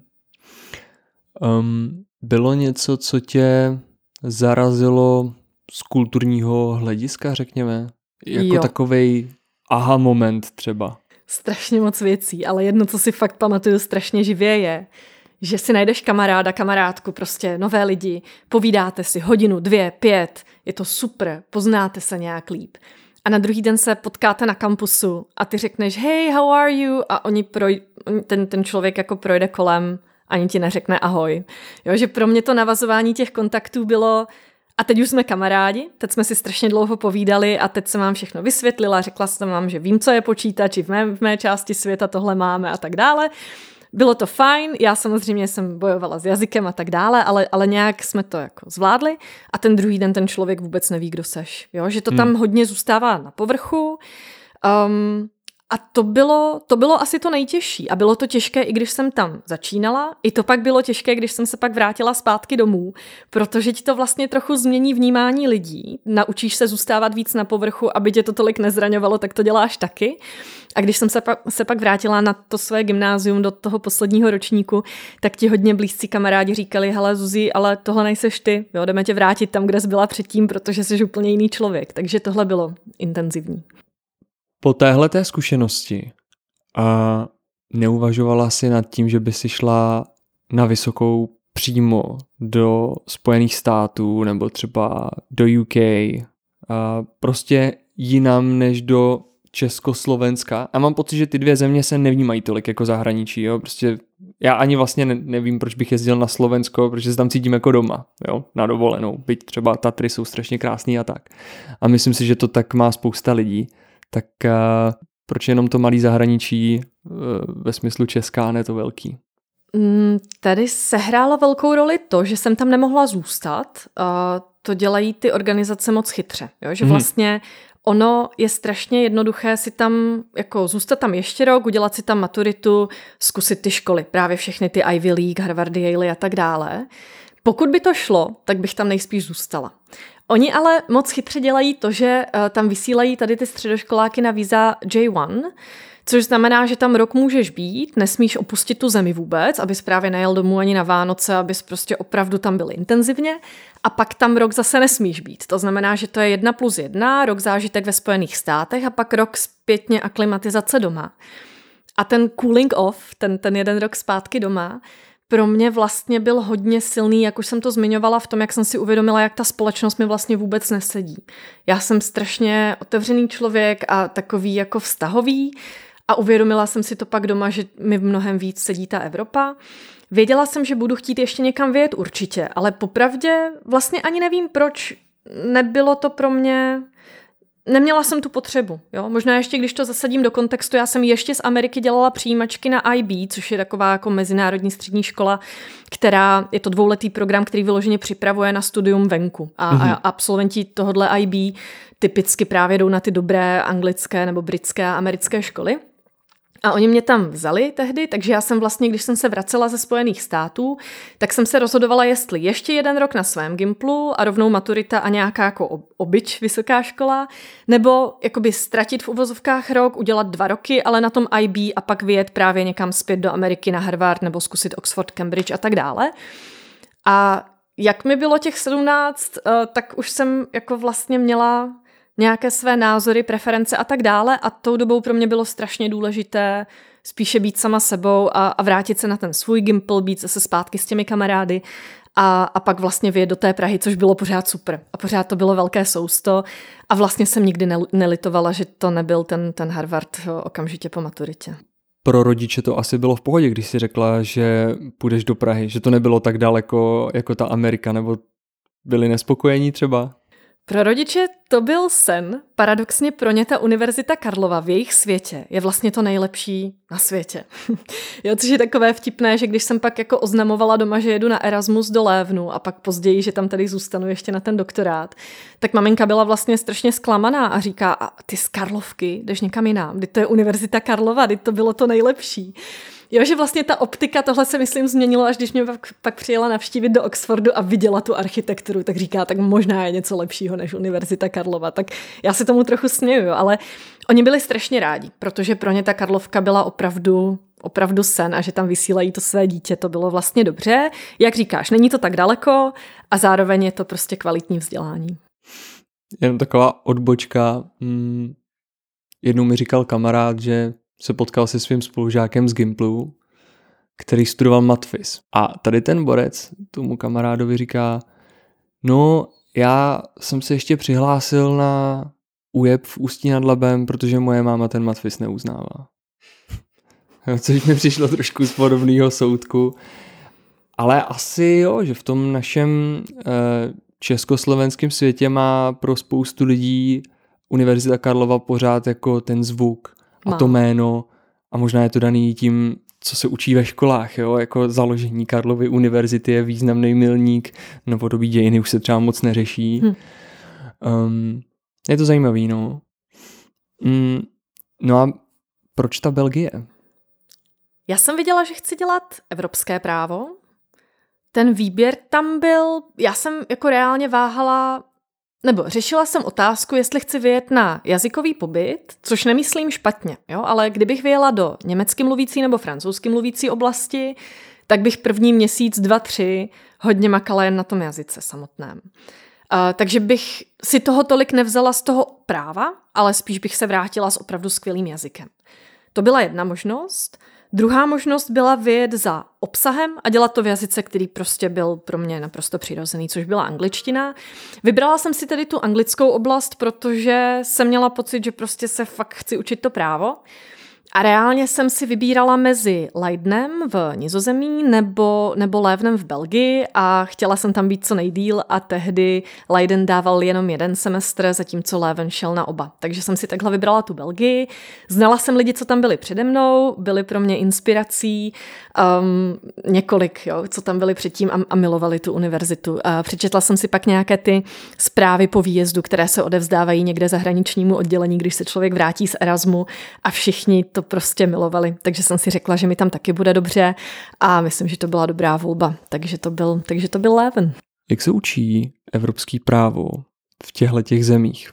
Um... Bylo něco, co tě zarazilo z kulturního hlediska, řekněme? Jako jo. Takovej aha moment třeba. Strašně moc věcí, ale jedno, co si fakt pamatuju strašně živě je, že si najdeš kamaráda, kamarádku, prostě nové lidi, povídáte si hodinu, dvě, pět, je to super, poznáte se nějak líp. A na druhý den se potkáte na kampusu a ty řekneš hey, how are you? A oni proj- ten, ten člověk jako projde kolem, ani ti neřekne ahoj. Jo, že pro mě to navazování těch kontaktů bylo a teď už jsme kamarádi, teď jsme si strašně dlouho povídali a teď jsem vám všechno vysvětlila, řekla jsem vám, že vím, co je počítač, v mé, v mé části světa tohle máme a tak dále. Bylo to fajn, já samozřejmě jsem bojovala s jazykem a tak dále, ale, ale nějak jsme to jako zvládli a ten druhý den ten člověk vůbec neví, kdo seš. Jo, že to hmm. tam hodně zůstává na povrchu. Um, A to bylo, to bylo asi to nejtěžší. A bylo to těžké, i když jsem tam začínala. I to pak bylo těžké, když jsem se pak vrátila zpátky domů, protože ti to vlastně trochu změní vnímání lidí. Naučíš se zůstávat víc na povrchu, aby tě to tolik nezraňovalo, tak to děláš taky. A když jsem se pak, se pak vrátila na to své gymnázium do toho posledního ročníku, tak ti hodně blízcí kamarádi říkali, hele Zuzi, ale tohle nejseš ty, jo, jdeme tě vrátit tam, kde jsi byla předtím, protože jsi úplně jiný člověk. Takže tohle bylo intenzivní. Po téhleté zkušenosti a neuvažovala si nad tím, že by si šla na vysokou přímo do Spojených států nebo třeba do U K, a prostě jinam než do Československa. A mám pocit, že ty dvě země se nevnímají tolik jako zahraničí. Jo? Prostě já ani vlastně nevím, proč bych jezdil na Slovensko, protože se tam cítím jako doma, jo? Na dovolenou. Byť třeba Tatry jsou strašně krásný a tak. A myslím si, že to tak má spousta lidí. Tak uh, proč jenom to malý zahraničí uh, ve smyslu Česká, ne to velký? Mm, tady sehrála velkou roli to, že jsem tam nemohla zůstat. Uh, to dělají ty organizace moc chytře. Jo? Že vlastně ono je strašně jednoduché si tam, jako zůstat tam ještě rok, udělat si tam maturitu, zkusit ty školy, právě všechny ty Ivy League, Harvardy, Yale a tak dále. Pokud by to šlo, tak bych tam nejspíš zůstala. Oni ale moc chytře dělají to, že uh, tam vysílají tady ty středoškoláky na víza J jedna, což znamená, že tam rok můžeš být, nesmíš opustit tu zemi vůbec, abys právě nejel domů ani na Vánoce, abys prostě opravdu tam byl intenzivně, a pak tam rok zase nesmíš být. To znamená, že to je jedna plus jedna, rok zážitek ve Spojených státech a pak rok zpětně aklimatizace doma. A ten cooling off, ten, ten jeden rok zpátky doma, pro mě vlastně byl hodně silný, jak už jsem to zmiňovala v tom, jak jsem si uvědomila, jak ta společnost mi vlastně vůbec nesedí. Já jsem strašně otevřený člověk a takový jako vztahový a uvědomila jsem si to pak doma, že mi v mnohem víc sedí ta Evropa. Věděla jsem, že budu chtít ještě někam vyjet určitě, ale popravdě vlastně ani nevím, proč nebylo to pro mě... Neměla jsem tu potřebu. Jo? Možná ještě, když to zasadím do kontextu, já jsem ještě z Ameriky dělala přijímačky na I B, což je taková jako mezinárodní střední škola, která je to dvouletý program, který vyloženě připravuje na studium venku. A, mm-hmm. a absolventi tohohle I B typicky právě jdou na ty dobré anglické nebo britské a americké školy. A oni mě tam vzali tehdy, takže já jsem vlastně, když jsem se vracela ze Spojených států, tak jsem se rozhodovala, jestli ještě jeden rok na svém Gimplu a rovnou maturita a nějaká jako obyč vysoká škola, nebo jakoby ztratit v uvozovkách rok, udělat dva roky, ale na tom I B a pak vyjet právě někam zpět do Ameriky na Harvard nebo zkusit Oxford, Cambridge a tak dále. A jak mi bylo těch sedmnáct, tak už jsem jako vlastně měla nějaké své názory, preference a tak dále a tou dobou pro mě bylo strašně důležité spíše být sama sebou a, a vrátit se na ten svůj Gimpl, být zase zpátky s těmi kamarády a, a pak vlastně vyjet do té Prahy, což bylo pořád super. A pořád to bylo velké sousto a vlastně jsem nikdy nelitovala, že to nebyl ten, ten Harvard okamžitě po maturitě. Pro rodiče to asi bylo v pohodě, když si řekla, že půjdeš do Prahy, že to nebylo tak daleko jako ta Amerika, nebo byli nespokojení třeba? Pro rodiče to byl sen. Paradoxně pro ně ta Univerzita Karlova v jejich světě je vlastně to nejlepší na světě. Jo, což je takové vtipné, že když jsem pak jako oznamovala doma, že jedu na Erasmus do Lévnu a pak později, že tam tady zůstanu ještě na ten doktorát, tak maminka byla vlastně strašně zklamaná a říká, a ty z Karlovky jdeš někam jinam, teď to je Univerzita Karlova, teď to bylo to nejlepší. Jo, že vlastně ta optika, tohle se myslím změnilo, až když mě pak, pak přijela navštívit do Oxfordu a viděla tu architekturu, tak říká, tak možná je něco lepšího než Univerzita Karlova. Tak já se tomu trochu směju, ale oni byli strašně rádi, protože pro ně ta Karlovka byla opravdu, opravdu sen a že tam vysílají to své dítě, to bylo vlastně dobře. Jak říkáš, není to tak daleko a zároveň je to prostě kvalitní vzdělání. Jenom taková odbočka. Hmm. Jednou mi říkal kamarád, že se potkal se svým spolužákem z Gimplu, který studoval matfis. A tady ten borec tomu kamarádovi říká, no já jsem se ještě přihlásil na U J E P v Ústí nad Labem, protože moje máma ten matfis neuznává. Což mi přišlo trošku z podobného soudku. Ale asi jo, že v tom našem eh, československém světě má pro spoustu lidí Univerzita Karlova pořád jako ten zvuk a to jméno a možná je to daný tím, co se učí ve školách, jo, jako založení Karlovy univerzity je významný milník, novodobí dějiny už se třeba moc neřeší. Hm. Um, je to zajímavý, no. Mm, no a proč ta Belgie? Já jsem viděla, že chci dělat evropské právo. Ten výběr tam byl, já jsem jako reálně váhala, nebo řešila jsem otázku, jestli chci vyjet na jazykový pobyt, což nemyslím špatně, jo? Ale kdybych vyjela do německy mluvící nebo francouzsky mluvící oblasti, tak bych první měsíc, dva, tři hodně makala jen na tom jazyce samotném. Uh, takže bych si toho tolik nevzala z toho práva, ale spíš bych se vrátila s opravdu skvělým jazykem. To byla jedna možnost. Druhá možnost byla vyjet za obsahem a dělat to v jazyce, který prostě byl pro mě naprosto přirozený, což byla angličtina. Vybrala jsem si tedy tu anglickou oblast, protože jsem měla pocit, že prostě se fakt chci učit to právo. A reálně jsem si vybírala mezi Leidenem v Nizozemí nebo, nebo Leuvenem v Belgii a chtěla jsem tam být co nejdýl a tehdy Leiden dával jenom jeden semestr, zatímco Leuven šel na oba. Takže jsem si takhle vybrala tu Belgii. Znala jsem lidi, co tam byli přede mnou, byli pro mě inspirací, um, několik, jo, co tam byli předtím a, a milovali tu univerzitu. A přečetla jsem si pak nějaké ty zprávy po výjezdu, které se odevzdávají někde zahraničnímu oddělení, když se člověk vrátí z Erasmu a všichni to prostě milovali. Takže jsem si řekla, že mi tam taky bude dobře a myslím, že to byla dobrá volba. Takže to byl, takže to byl Leuven. Jak se učí evropský právo v těchto těch zemích?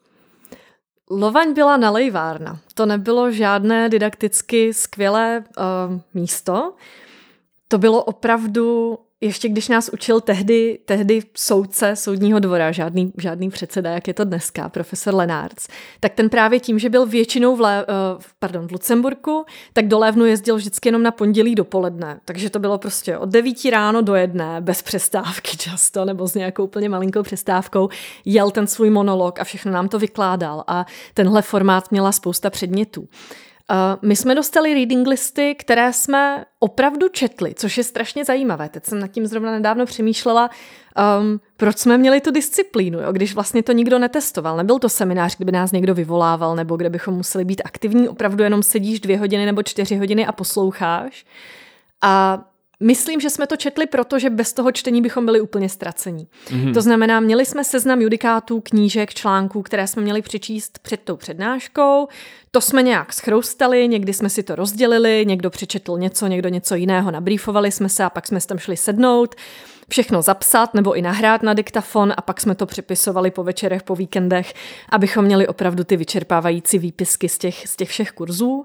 Lovaň byla nalejvárna. To nebylo žádné didakticky skvělé uh, místo. To bylo opravdu, ještě když nás učil tehdy, tehdy soudce soudního dvora, žádný, žádný předseda, jak je to dneska, profesor Lenárc, tak ten právě tím, že byl většinou v, Le, uh, pardon, v Lucemburku, tak do Leuvenu jezdil vždycky jenom na pondělí dopoledne. Takže to bylo prostě od devíti ráno do jedné, bez přestávky často, nebo s nějakou úplně malinkou přestávkou, jel ten svůj monolog a všechno nám to vykládal. A tenhle formát měla spousta předmětů. Uh, my jsme dostali reading listy, které jsme opravdu četli, což je strašně zajímavé. Teď jsem nad tím zrovna nedávno přemýšlela, um, proč jsme měli tu disciplínu, jo? Když vlastně to nikdo netestoval. Nebyl to seminář, kdyby nás někdo vyvolával, nebo kde bychom museli být aktivní. Opravdu jenom sedíš dvě hodiny nebo čtyři hodiny a posloucháš. A myslím, že jsme to četli, protože bez toho čtení bychom byli úplně ztracení. Mm-hmm. To znamená, měli jsme seznam judikátů, knížek, článků, které jsme měli přečíst před tou přednáškou. To jsme nějak schroustali, někdy jsme si to rozdělili, někdo přečetl něco, někdo něco jiného, nabrýfovali jsme se a pak jsme se tam šli sednout, všechno zapsat nebo i nahrát na diktafon a pak jsme to přepisovali po večerech, po víkendech, abychom měli opravdu ty vyčerpávající výpisky z těch, z těch všech kurzů.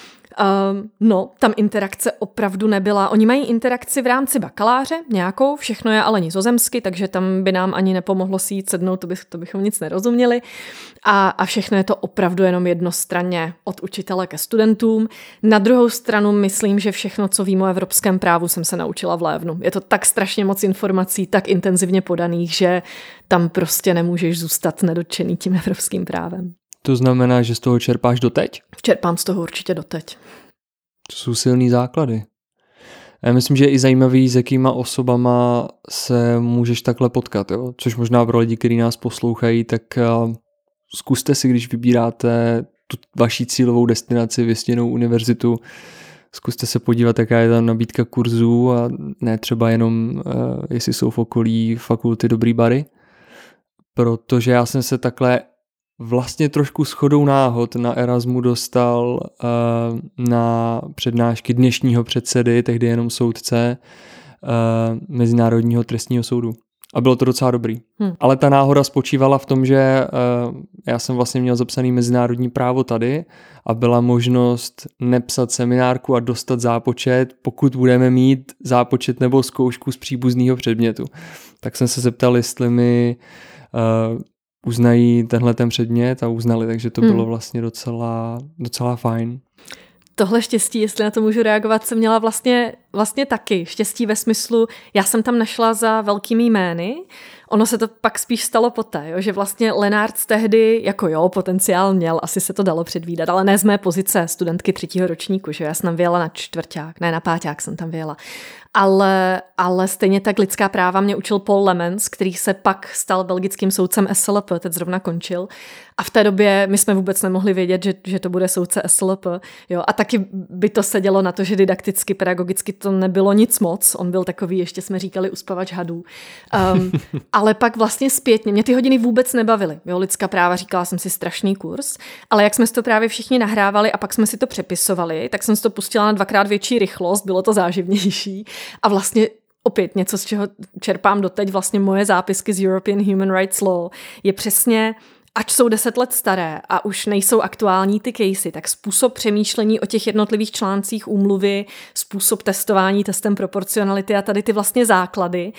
Um, no, tam interakce opravdu nebyla. Oni mají interakci v rámci bakaláře nějakou, všechno je ale nizozemsky, takže tam by nám ani nepomohlo si jít sednout, to, by, to bychom nic nerozuměli. A, a všechno je to opravdu jenom jednostranně od učitele ke studentům. Na druhou stranu myslím, že všechno, co vím o evropském právu, jsem se naučila v Leuvenu. Je to tak strašně moc informací, tak intenzivně podaných, že tam prostě nemůžeš zůstat nedotčený tím evropským právem. To znamená, že z toho čerpáš doteď? Čerpám z toho určitě doteď. To jsou silný základy. Já myslím, že je i zajímavý, s jakýma osobama se můžeš takhle potkat, jo? Což možná pro lidi, kteří nás poslouchají, tak uh, zkuste si, když vybíráte tu vaši cílovou destinaci, vysněnou univerzitu, zkuste se podívat, jaká je tam nabídka kurzů a ne třeba jenom, uh, jestli jsou v okolí fakulty dobrý bary. Protože já jsem se takhle vlastně trošku shodou náhod na Erasmu dostal uh, na přednášky dnešního předsedy, tehdy jenom soudce uh, Mezinárodního trestního soudu. A bylo to docela dobrý. Hmm. Ale ta náhoda spočívala v tom, že uh, já jsem vlastně měl zapsaný mezinárodní právo tady a byla možnost nepsat seminárku a dostat zápočet, pokud budeme mít zápočet nebo zkoušku z příbuzného předmětu. Tak jsem se zeptal, jestli mi uh, uznají tenhle ten předmět a uznali, takže to hmm. bylo vlastně docela, docela fajn. Tohle štěstí, jestli na to můžu reagovat, jsem měla vlastně, vlastně taky. Štěstí ve smyslu, já jsem tam našla za velkými jmény, ono se to pak spíš stalo poté, jo, že vlastně Lenárc tehdy, jako jo, potenciál měl, asi se to dalo předvídat, ale ne z mé pozice studentky třetího ročníku, že já jsem tam vyjela na čtvrťák, ne na páťák jsem tam vyjela. Ale, ale stejně tak lidská práva mě učil Paul Lemens, který se pak stal belgickým soudcem S L P, teď zrovna končil. A v té době my jsme vůbec nemohli vědět, že, že to bude soudce S L P. Jo? A taky by to sedělo na to, že didakticky, pedagogicky to nebylo nic moc. On byl takový, ještě jsme říkali, uspavač hadů. Um, ale pak vlastně zpětně, mě ty hodiny vůbec nebavily. Jo? Lidská práva, říkala jsem si, strašný kurz. Ale jak jsme si to právě všichni nahrávali a pak jsme si to přepisovali, tak jsem si to pustila na dvakrát větší rychlost, bylo to záživnější. A vlastně opět něco, z čeho čerpám doteď, vlastně moje zápisky z European Human Rights Law, je přesně, ač jsou deset let staré a už nejsou aktuální ty casey, tak způsob přemýšlení o těch jednotlivých článcích úmluvy, způsob testování testem proporcionality a tady ty vlastně základy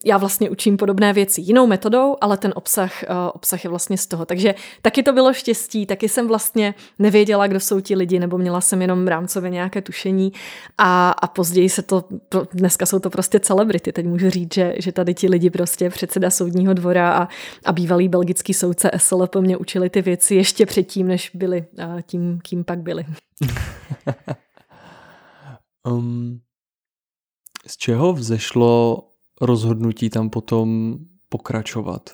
já vlastně učím podobné věci jinou metodou, ale ten obsah, uh, obsah je vlastně z toho. Takže taky to bylo štěstí, taky jsem vlastně nevěděla, kdo jsou ti lidi, nebo měla jsem jenom rámcově nějaké tušení a, a později se to, dneska jsou to prostě celebrity, teď můžu říct, že, že tady ti lidi prostě předseda soudního dvora a, a bývalý belgický soudce S L P mě učili ty věci ještě předtím, než byli uh, tím, kým pak byli. um, z čeho vzešlo rozhodnutí tam potom pokračovat?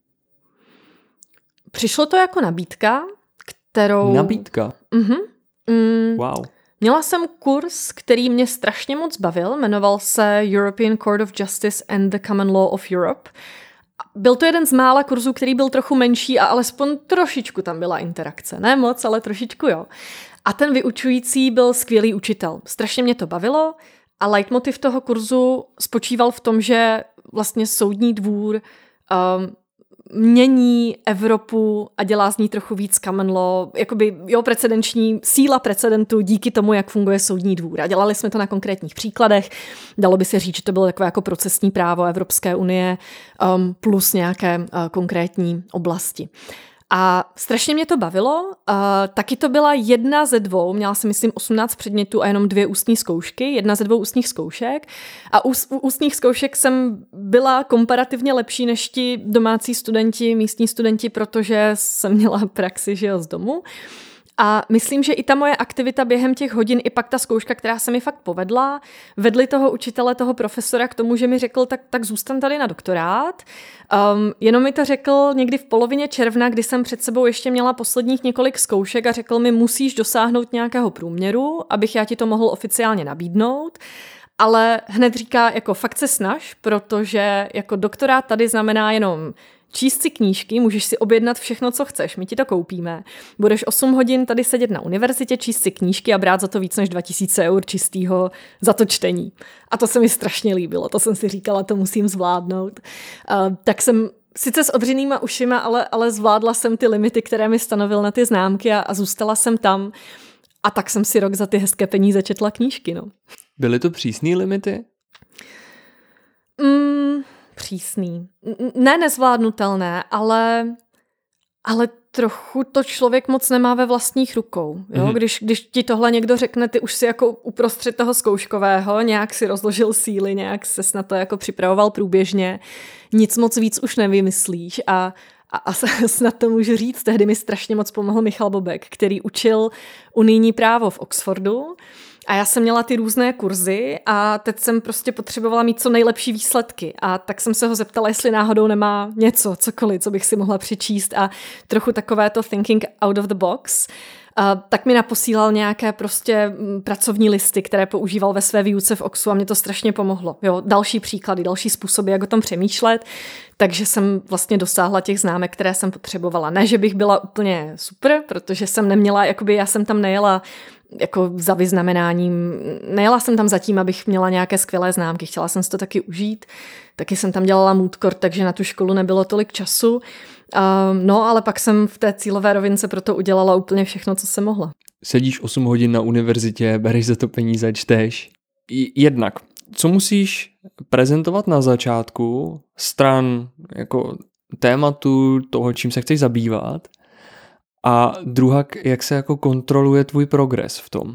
Přišlo to jako nabídka, kterou... Nabídka? Mhm. Mm. Wow. Měla jsem kurz, který mě strašně moc bavil, jmenoval se European Court of Justice and the Common Law of Europe. Byl to jeden z mála kurzů, který byl trochu menší a alespoň trošičku tam byla interakce. Ne moc, ale trošičku jo. A ten vyučující byl skvělý učitel. Strašně mě to bavilo a leitmotiv toho kurzu spočíval v tom, že vlastně soudní dvůr um, mění Evropu a dělá z ní trochu víc common law, jakoby jo, precedenční síla precedentu díky tomu, jak funguje soudní dvůr. A dělali jsme to na konkrétních příkladech. Dalo by se říct, že to bylo takové jako procesní právo Evropské unie um, plus nějaké uh, konkrétní oblasti. A strašně mě to bavilo. Uh, taky to byla jedna ze dvou, měla jsem myslím osmnáct předmětů a jenom dvě ústní zkoušky, jedna ze dvou ústních zkoušek. A u, u ústních zkoušek jsem byla komparativně lepší než ti domácí studenti, místní studenti, protože jsem měla praxi, že jo, z domu. A myslím, že i ta moje aktivita během těch hodin, i pak ta zkouška, která se mi fakt povedla, vedli toho učitele, toho profesora k tomu, že mi řekl, tak, tak zůstan tady na doktorát. Um, jenom mi to řekl někdy v polovině června, kdy jsem před sebou ještě měla posledních několik zkoušek a řekl mi, musíš dosáhnout nějakého průměru, abych já ti to mohl oficiálně nabídnout. Ale hned říká, jako fakt se snaž, protože jako doktorát tady znamená jenom číst si knížky, můžeš si objednat všechno, co chceš, my ti to koupíme. Budeš osm hodin tady sedět na univerzitě, číst si knížky a brát za to víc než dva tisíce eur čistýho za to čtení. A to se mi strašně líbilo, to jsem si říkala, to musím zvládnout. Uh, tak jsem sice s odřenýma ušima, ale, ale zvládla jsem ty limity, které mi stanovil na ty známky a, a zůstala jsem tam. A tak jsem si rok za ty hezké peníze četla knížky, no. Byly to přísný limity? Mm, přísný. Ne nezvládnutelné, ale, ale trochu to člověk moc nemá ve vlastních rukou. Jo? Mm-hmm. Když, když ti tohle někdo řekne, ty už si jako uprostřed toho zkouškového, nějak si rozložil síly, nějak ses na to jako připravoval průběžně, nic moc víc už nevymyslíš a A, a snad to můžu říct, tehdy mi strašně moc pomohl Michal Bobek, který učil unijní právo v Oxfordu a já jsem měla ty různé kurzy a teď jsem prostě potřebovala mít co nejlepší výsledky a tak jsem se ho zeptala, jestli náhodou nemá něco, cokoliv, co bych si mohla přečíst a trochu takové to thinking out of the box. Uh, tak mi naposílal nějaké prostě pracovní listy, které používal ve své výuce v Oxu a mě to strašně pomohlo. Jo, další příklady, další způsoby, jak o tom přemýšlet, takže jsem vlastně dosáhla těch známek, které jsem potřebovala. Ne, že bych byla úplně super, protože jsem neměla, jakoby já jsem tam nejela jako za vyznamenáním, nejela jsem tam zatím, abych měla nějaké skvělé známky, chtěla jsem si to taky užít, taky jsem tam dělala mood court, takže na tu školu nebylo tolik času. Uh, no, ale pak jsem v té cílové rovince proto udělala úplně všechno, co jsem mohla. Sedíš osm hodin na univerzitě, bereš za to peníze, čteš. Jednak, co musíš prezentovat na začátku stran jako tématu toho, čím se chceš zabývat, a druhá, jak se jako kontroluje tvůj progres v tom?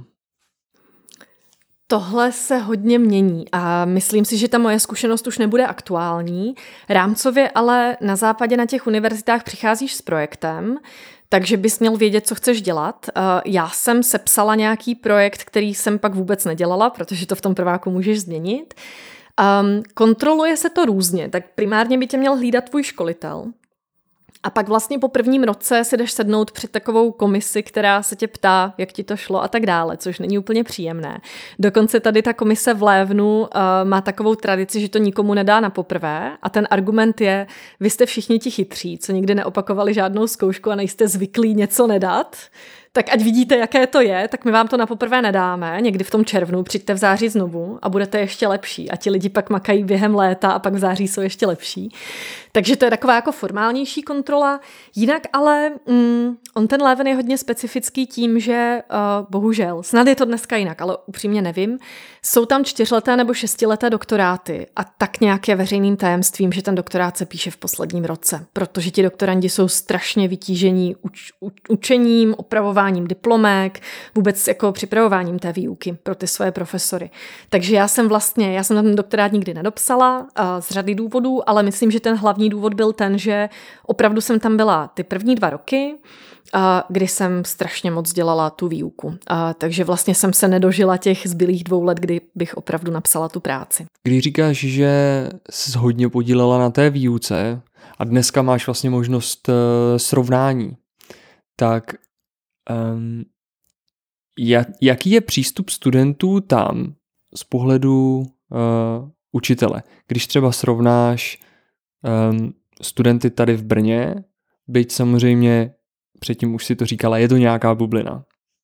Tohle se hodně mění a myslím si, že ta moje zkušenost už nebude aktuální. Rámcově ale na západě na těch univerzitách přicházíš s projektem, takže bys měl vědět, co chceš dělat. Já jsem sepsala nějaký projekt, který jsem pak vůbec nedělala, protože to v tom prváku můžeš změnit. Um, kontroluje se to různě, tak primárně by tě měl hlídat tvůj školitel. A pak vlastně po prvním roce si jdeš sednout před takovou komisi, která se tě ptá, jak ti to šlo a tak dále, což není úplně příjemné. Dokonce tady ta komise v Lévnu uh, má takovou tradici, že to nikomu nedá na poprvé a ten argument je, vy jste všichni ti chytří, co nikdy neopakovali žádnou zkoušku a nejste zvyklí něco nedat, tak ať vidíte, jaké to je, tak my vám to na poprvé nedáme, někdy v tom červnu, přijďte v září znovu a budete ještě lepší. A ti lidi pak makají během léta a pak v září jsou ještě lepší. Takže to je taková jako formálnější kontrola. Jinak ale mm, on ten Leuven je hodně specifický tím, že uh, bohužel, snad je to dneska jinak, ale upřímně nevím, jsou tam čtyřleté nebo šestileté doktoráty a tak nějak je veřejným tajemstvím, že ten doktorát se píše v posledním roce, protože ti doktorandi jsou strašně vytížení uč, uč, učením, opravováním diplomek, vůbec jako připravováním té výuky pro ty svoje profesory. Takže já jsem vlastně, já jsem ten doktorát nikdy nedopsala uh, z řady důvodů, ale myslím, že ten hlavní důvod byl ten, že opravdu jsem tam byla ty první dva roky, kdy jsem strašně moc dělala tu výuku. Takže vlastně jsem se nedožila těch zbylých dvou let, kdy bych opravdu napsala tu práci. Když říkáš, že jsi hodně podílela na té výuce a dneska máš vlastně možnost srovnání, tak um, jaký je přístup studentů tam z pohledu uh, učitele? Když třeba srovnáš um, studenty tady v Brně, byť samozřejmě předtím už si to říkala, je to nějaká bublina.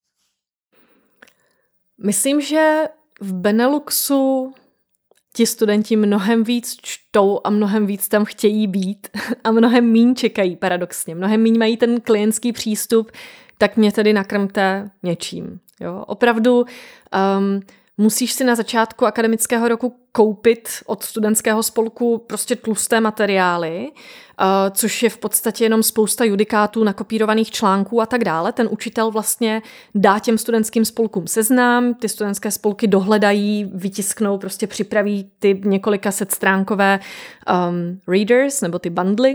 Myslím, že v Beneluxu ti studenti mnohem víc čtou a mnohem víc tam chtějí být a mnohem míň čekají paradoxně. Mnohem míň mají ten klientský přístup, tak mě tedy nakrmte něčím. Jo? Opravdu um, musíš si na začátku akademického roku koupit od studentského spolku prostě tlusté materiály, což je v podstatě jenom spousta judikátů, nakopírovaných článků a tak dále. Ten učitel vlastně dá těm studentským spolkům seznam, ty studentské spolky dohledají, vytisknou, prostě připraví ty několika setstránkové um, readers nebo ty bundly.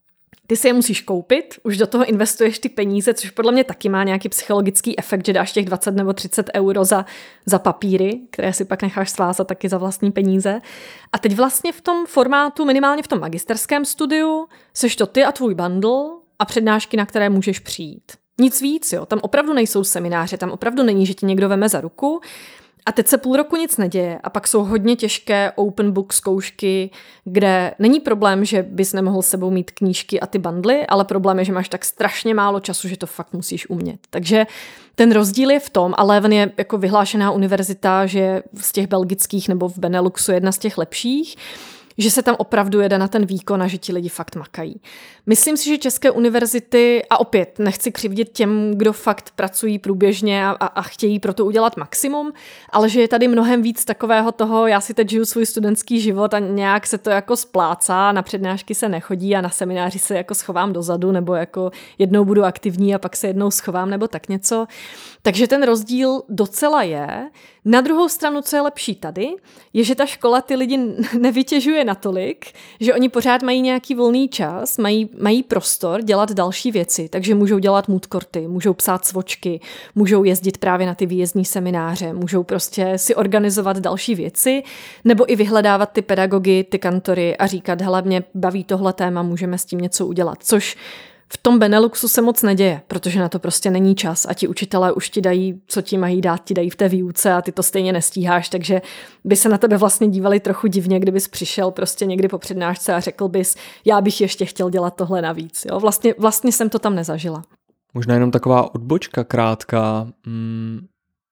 Ty si je musíš koupit, už do toho investuješ ty peníze, což podle mě taky má nějaký psychologický efekt, že dáš těch dvacet nebo třicet euro za, za papíry, které si pak necháš svázat taky za vlastní peníze. A teď vlastně v tom formátu, minimálně v tom magisterském studiu, seš to ty a tvůj bundle a přednášky, na které můžeš přijít. Nic víc, jo. Tam opravdu nejsou semináře, tam opravdu není, že ti někdo veme za ruku. A teď se půl roku nic neděje a pak jsou hodně těžké open book zkoušky, kde není problém, že bys nemohl s sebou mít knížky a ty bundly, ale problém je, že máš tak strašně málo času, že to fakt musíš umět. Takže ten rozdíl je v tom, a Leuven je jako vyhlášená univerzita, že z těch belgických nebo v Beneluxu jedna z těch lepších, že se tam opravdu jede na ten výkon a že ti lidi fakt makají. Myslím si, že české univerzity, a opět nechci křivdit těm, kdo fakt pracují průběžně a, a, a chtějí pro to udělat maximum, ale že je tady mnohem víc takového toho, já si teď žiju svůj studentský život a nějak se to jako splácá, na přednášky se nechodí a na semináři se jako schovám dozadu, nebo jako jednou budu aktivní a pak se jednou schovám, nebo tak něco. Takže ten rozdíl docela je. Na druhou stranu, co je lepší tady, je, že ta škola ty lidi nevytěžuje natolik, že oni pořád mají nějaký volný čas, mají, mají prostor dělat další věci, takže můžou dělat mood courty, můžou psát svočky, můžou jezdit právě na ty výjezdní semináře, můžou prostě si organizovat další věci, nebo i vyhledávat ty pedagogy, ty kantory a říkat, hele, mě baví tohle téma, můžeme s tím něco udělat, což v tom Beneluxu se moc neděje, protože na to prostě není čas a ti učitelé už ti dají, co ti mají dát, ti dají v té výuce a ty to stejně nestíháš, takže by se na tebe vlastně dívali trochu divně, kdybys přišel prostě někdy po přednášce a řekl bys, já bych ještě chtěl dělat tohle navíc. Jo? Vlastně, vlastně jsem to tam nezažila. Možná jenom taková odbočka krátká. Hmm.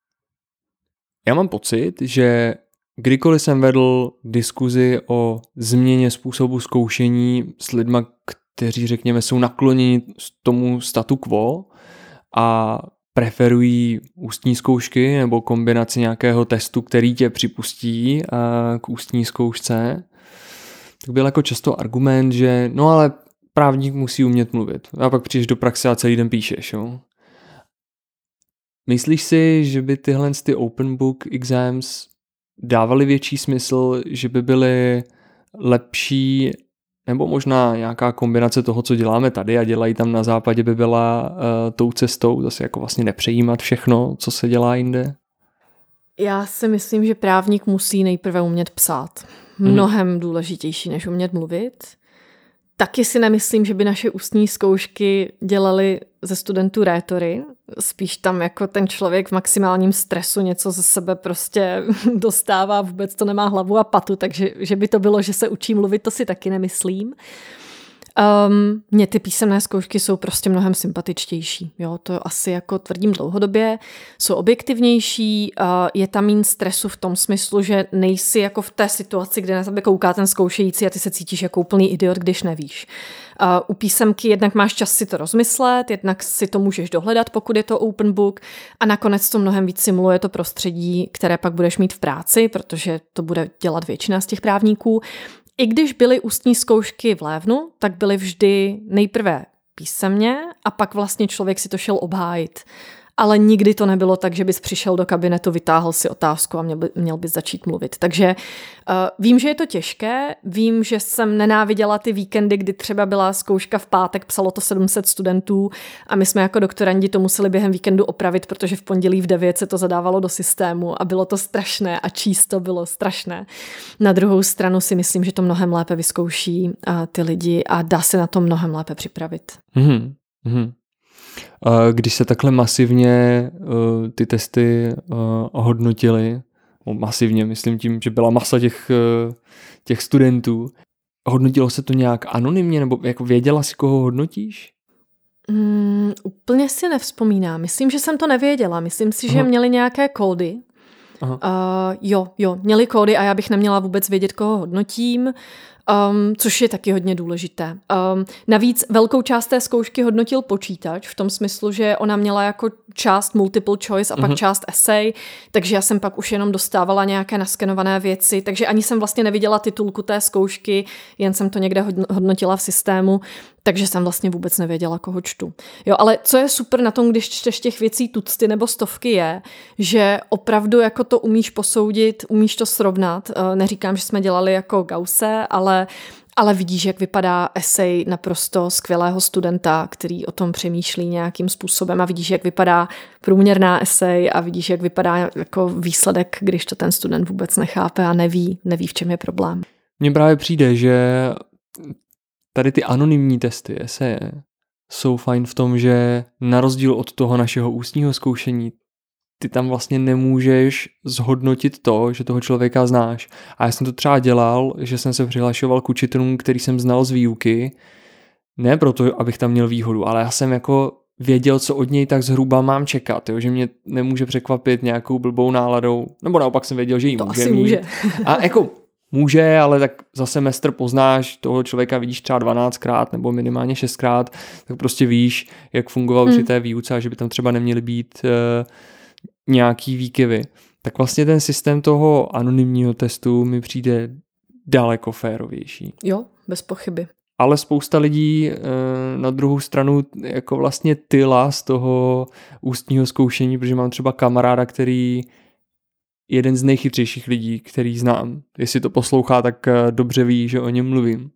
Já mám pocit, že kdykoliv jsem vedl diskuzi o změně způsobu zkoušení s lidma, kteří, řekněme, jsou nakloněni tomu statu quo a preferují ústní zkoušky nebo kombinaci nějakého testu, který tě připustí k ústní zkoušce, tak byl jako často argument, že no ale právník musí umět mluvit. A pak přijdeš do praxe a celý den píšeš. Jo? Myslíš si, že by tyhle ty open book exams dávaly větší smysl, že by byly lepší, nebo možná nějaká kombinace toho, co děláme tady a dělají tam na západě, by byla uh, tou cestou zase jako vlastně nepřejímat všechno, co se dělá jinde? Já si myslím, že právník musí nejprve umět psát. Mnohem hmm. důležitější, než umět mluvit. Taky si nemyslím, že by naše ústní zkoušky dělali ze studentů rétory. Spíš tam jako ten člověk v maximálním stresu něco ze sebe prostě dostává, vůbec to nemá hlavu a patu, takže že by to bylo, že se učí mluvit, to si taky nemyslím. Um, mně ty písemné zkoušky jsou prostě mnohem sympatičtější. Jo, to asi jako tvrdím dlouhodobě. Jsou objektivnější, uh, je tam méně stresu v tom smyslu, že nejsi jako v té situaci, kde na tebe kouká ten zkoušející a ty se cítíš jako úplný idiot, když nevíš. Uh, u písemky jednak máš čas si to rozmyslet, jednak si to můžeš dohledat, pokud je to open book, a nakonec to mnohem víc simuluje to prostředí, které pak budeš mít v práci, protože to bude dělat většina z těch právníků. I když byly ústní zkoušky v lévnu, tak byly vždy nejprve písemně a pak vlastně člověk si to šel obhájit. Ale nikdy to nebylo tak, že bys přišel do kabinetu, vytáhl si otázku a měl, by, měl bys začít mluvit. Takže uh, vím, že je to těžké, vím, že jsem nenáviděla ty víkendy, kdy třeba byla zkouška v pátek, psalo to sedm set studentů a my jsme jako doktorandi to museli během víkendu opravit, protože v pondělí v devět se to zadávalo do systému a bylo to strašné a číst to bylo strašné. Na druhou stranu si myslím, že to mnohem lépe vyzkouší uh, ty lidi a dá se na to mnohem lépe připravit. Mhm, mhm. Když se takhle masivně uh, ty testy uh, hodnotily, masivně myslím tím, že byla masa těch, uh, těch studentů, hodnotilo se to nějak anonymně, nebo jako věděla si, koho hodnotíš? Mm, úplně si nevzpomínám. Myslím, že jsem to nevěděla. Myslím si, že Aha. měli nějaké kódy. Aha. Uh, jo, jo, měli kódy a já bych neměla vůbec vědět, koho hodnotím. Um, což je taky hodně důležité. Um, navíc velkou část té zkoušky hodnotil počítač v tom smyslu, že ona měla jako část multiple choice a pak uh-huh. část essay, takže já jsem pak už jenom dostávala nějaké naskenované věci, takže ani jsem vlastně neviděla titulku té zkoušky, jen jsem to někde hodnotila v systému, takže jsem vlastně vůbec nevěděla, koho čtu. Jo, ale co je super na tom, když čteš těch věcí tucty nebo stovky, je, že opravdu jako to umíš posoudit, umíš to srovnat. Neříkám, že jsme dělali jako Gausse, ale ale vidíš, jak vypadá esej naprosto skvělého studenta, který o tom přemýšlí nějakým způsobem, a vidíš, jak vypadá průměrná esej a vidíš, jak vypadá jako výsledek, když to ten student vůbec nechápe a neví, neví, v čem je problém. Mně právě přijde, že tady ty anonymní testy eseje jsou fajn v tom, že na rozdíl od toho našeho ústního zkoušení ty tam vlastně nemůžeš zhodnotit to, že toho člověka znáš. A já jsem to třeba dělal, že jsem se přihlašoval k učitelům, který jsem znal z výuky, ne proto, abych tam měl výhodu, ale já jsem jako věděl, co od něj tak zhruba mám čekat, jo? Že mě nemůže překvapit nějakou blbou náladou, nebo naopak jsem věděl, že jí to může asi mít. Může. A jako může, ale tak za semestr poznáš, toho člověka vidíš třeba dvanáctkrát nebo minimálně šestkrát, tak prostě víš, jak fungoval hmm. při té výuce a že by tam třeba neměly být uh, nějaký výkyvy. Tak vlastně ten systém toho anonymního testu mi přijde daleko férovější. Jo, bez pochyby. Ale spousta lidí e, na druhou stranu jako vlastně tyla z toho ústního zkoušení, protože mám třeba kamaráda, který jeden z nejchytřejších lidí, který znám. Jestli to poslouchá, tak dobře ví, že o něm mluvím.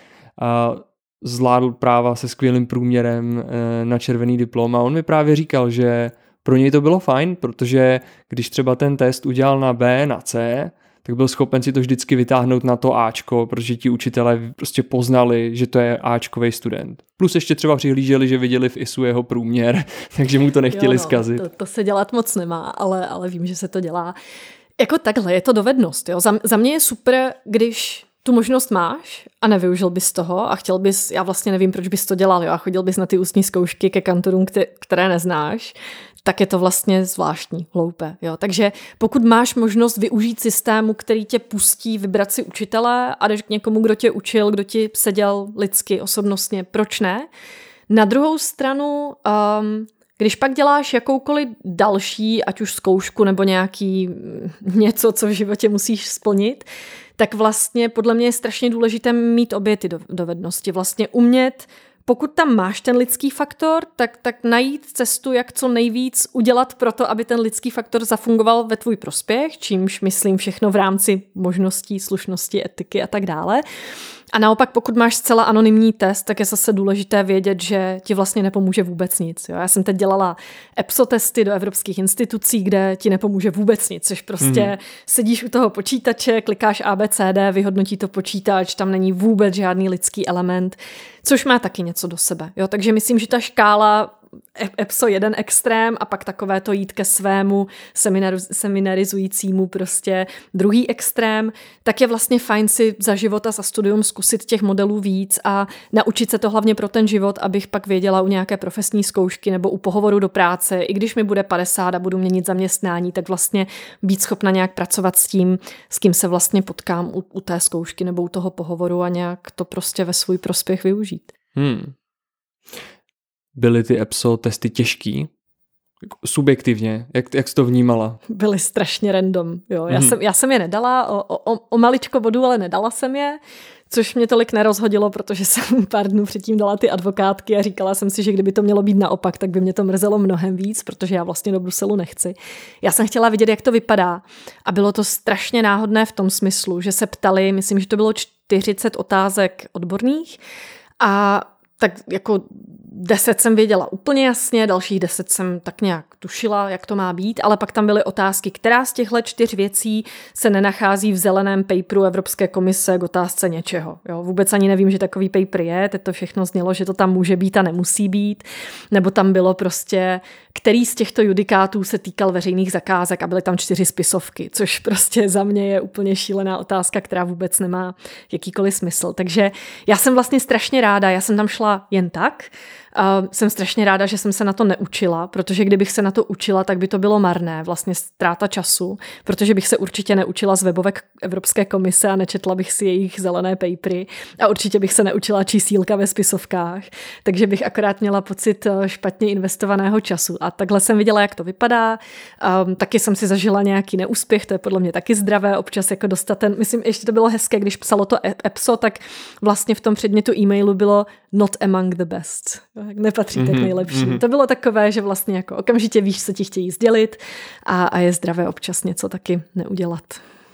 A zvládl práva se skvělým průměrem e, na červený diplom a on mi právě říkal, že pro něj to bylo fajn, protože když třeba ten test udělal na B, na C, tak byl schopen si to vždycky vytáhnout na to Ačko, protože ti učitelé prostě poznali, že to je Ačkovej student. Plus ještě třeba přihlíželi, že viděli v I S U jeho průměr, takže mu to nechtěli jo, no, zkazit. To, to se dělat moc nemá, ale, ale vím, že se to dělá. Jako takhle, je to dovednost. Jo? Za, za mě je super, když tu možnost máš a nevyužil bys toho a chtěl bys, já vlastně nevím, proč bys to dělal, jo? A chodil bys na ty ústní zkoušky ke kantorům, které neznáš, tak je to vlastně zvláštní, hloupé. Jo? Takže pokud máš možnost využít systému, který tě pustí vybrat si učitele a jdeš k někomu, kdo tě učil, kdo ti seděl lidsky, osobnostně, proč ne? Na druhou stranu, um, když pak děláš jakoukoliv další, ať už zkoušku nebo nějaký něco, co v životě musíš splnit, tak vlastně podle mě je strašně důležité mít obě ty dovednosti. Vlastně umět, pokud tam máš ten lidský faktor, tak, tak najít cestu, jak co nejvíc udělat pro to, aby ten lidský faktor zafungoval ve tvůj prospěch, čímž myslím všechno v rámci možností, slušnosti, etiky a tak dále. A naopak, pokud máš zcela anonymní test, tak je zase důležité vědět, že ti vlastně nepomůže vůbec nic. Jo? Já jsem teď dělala E P S O testy do evropských institucí, kde ti nepomůže vůbec nic, což prostě mm. sedíš u toho počítače, klikáš A B C D, vyhodnotí to počítač, tam není vůbec žádný lidský element, což má taky něco do sebe. Jo? Takže myslím, že ta škála EPSO jeden extrém a pak takové to jít ke svému seminarizujícímu prostě druhý extrém, tak je vlastně fajn si za život a za studium zkusit těch modelů víc a naučit se to hlavně pro ten život, abych pak věděla u nějaké profesní zkoušky nebo u pohovoru do práce, i když mi bude padesát a budu měnit zaměstnání, tak vlastně být schopna nějak pracovat s tím, s kým se vlastně potkám u, u té zkoušky nebo u toho pohovoru a nějak to prostě ve svůj prospěch využít. Hmm. Byly ty EPSO testy těžký? Subjektivně, jak, jak jsi to vnímala? Byly strašně random. Jo. Já, hmm. jsem, já jsem je nedala o, o, o maličko bodu, ale nedala jsem je, což mě tolik nerozhodilo, protože jsem pár dnů předtím dala ty advokátky a říkala jsem si, že kdyby to mělo být naopak, tak by mě to mrzelo mnohem víc, protože já vlastně do Bruselu nechci. Já jsem chtěla vidět, jak to vypadá a bylo to strašně náhodné v tom smyslu, že se ptali, myslím, že to bylo čtyřicet otázek odborných a tak jako deset jsem věděla úplně jasně, dalších deset jsem tak nějak tušila, jak to má být, ale pak tam byly otázky, která z těchto čtyř věcí se nenachází v zeleném paperu Evropské komise k otázce něčeho. Jo, vůbec ani nevím, že takový paper je, teď to všechno znělo, že to tam může být a nemusí být, nebo tam bylo prostě, který z těchto judikátů se týkal veřejných zakázek a byly tam čtyři spisovky, což prostě za mě je úplně šílená otázka, která vůbec nemá jakýkoliv smysl. Takže já jsem vlastně strašně ráda, já jsem tam šla jen tak. Uh, jsem strašně ráda, že jsem se na to neučila, protože kdybych se na to učila, tak by to bylo marné, vlastně ztráta času, protože bych se určitě neučila z webovek Evropské komise a nečetla bych si jejich zelené papery a určitě bych se neučila čísílka ve spisovkách, takže bych akorát měla pocit špatně investovaného času. A takhle jsem viděla, jak to vypadá. Um, taky jsem si zažila nějaký neúspěch, to je podle mě taky zdravé, občas jako dostat ten, myslím, ještě to bylo hezké, když psalo to EPSO, tak vlastně v tom předmětu e-mailu bylo not among the best. Nepatříte mm-hmm, k nejlepším. Mm-hmm. To bylo takové, že vlastně jako okamžitě víš, co ti chtějí sdělit a, a je zdravé občas něco taky neudělat.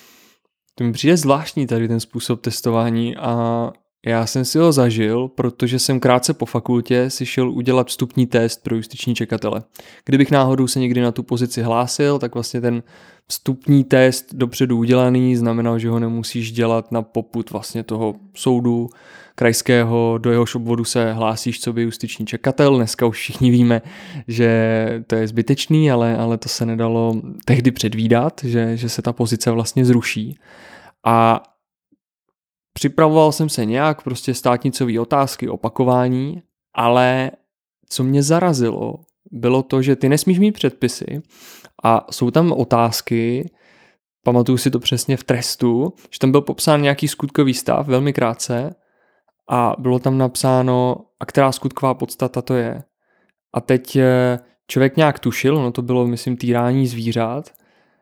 To mi přijde zvláštní tady ten způsob testování a já jsem si ho zažil, protože jsem krátce po fakultě si šel udělat vstupní test pro justiční čekatele. Kdybych náhodou se někdy na tu pozici hlásil, tak vlastně ten vstupní test dopředu udělaný znamenal, že ho nemusíš dělat na popud vlastně toho soudu krajského, do jehož obvodu se hlásíš co by justiční čekatel. Dneska už všichni víme, že to je zbytečný, ale, ale to se nedalo tehdy předvídat, že, že se ta pozice vlastně zruší. A připravoval jsem se nějak, prostě státnicové otázky, opakování, ale co mě zarazilo, bylo to, že ty nesmíš mít předpisy a jsou tam otázky, pamatuju si to přesně v trestu, že tam byl popsán nějaký skutkový stav, velmi krátce, a bylo tam napsáno, a která skutková podstata to je. A teď člověk nějak tušil, no to bylo, myslím, týrání zvířat.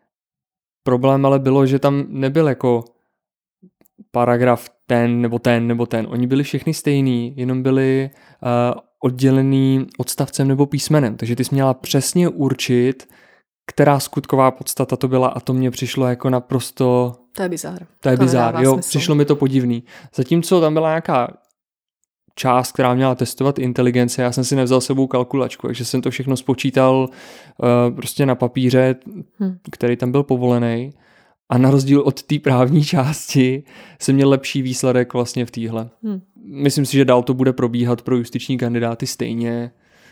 Problém ale bylo, že tam nebyl jako paragraf ten nebo ten nebo ten. Oni byli všechny stejný, jenom byli uh, oddělený odstavcem nebo písmenem. Takže ty jsi měla přesně určit, která skutková podstata to byla a to mně přišlo jako naprosto... To je bizár. To je to bizár, jo, smysl. Přišlo mi to podivný. Zatímco tam byla nějaká část, která měla testovat inteligenci, já jsem si nevzal sebou kalkulačku, takže jsem to všechno spočítal uh, prostě na papíře, hmm. který tam byl povolený. A na rozdíl od té právní části jsem měl lepší výsledek vlastně v téhle. Hmm. Myslím si, že dál to bude probíhat pro justiční kandidáty stejně.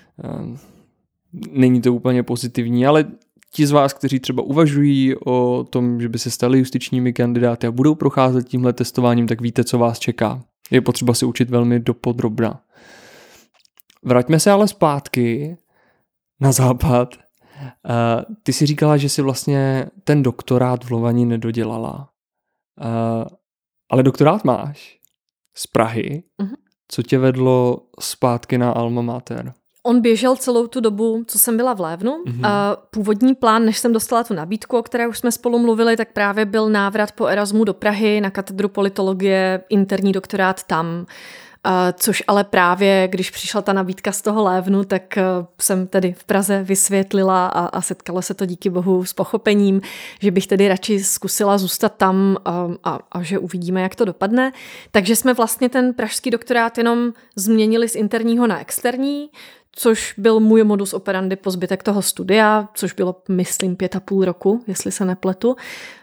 Není to úplně pozitivní, ale ti z vás, kteří třeba uvažují o tom, že by se stali justičními kandidáty a budou procházet tímhle testováním, tak víte, co vás čeká. Je potřeba se učit velmi dopodrobna. Vraťme se ale zpátky na západ. Uh, ty si říkala, že si vlastně ten doktorát v Lovani nedodělala. Uh, ale doktorát máš z Prahy. Uh-huh. Co tě vedlo zpátky na Alma Mater? On běžel celou tu dobu, co jsem byla v Lévnu. Uh-huh. A původní plán, než jsem dostala tu nabídku, o které už jsme spolu mluvili, tak právě byl návrat po Erasmu do Prahy na katedru politologie, interní doktorát tam. Uh, což ale právě, když přišla ta nabídka z toho Lévnu, tak uh, jsem tedy v Praze vysvětlila a, a setkalo se to díky bohu s pochopením, že bych tedy radši zkusila zůstat tam um, a, a že uvidíme, jak to dopadne. Takže jsme vlastně ten pražský doktorát jenom změnili z interního na externí, což byl můj modus operandi po zbytek toho studia, což bylo, myslím, pět a půl roku, jestli se nepletu.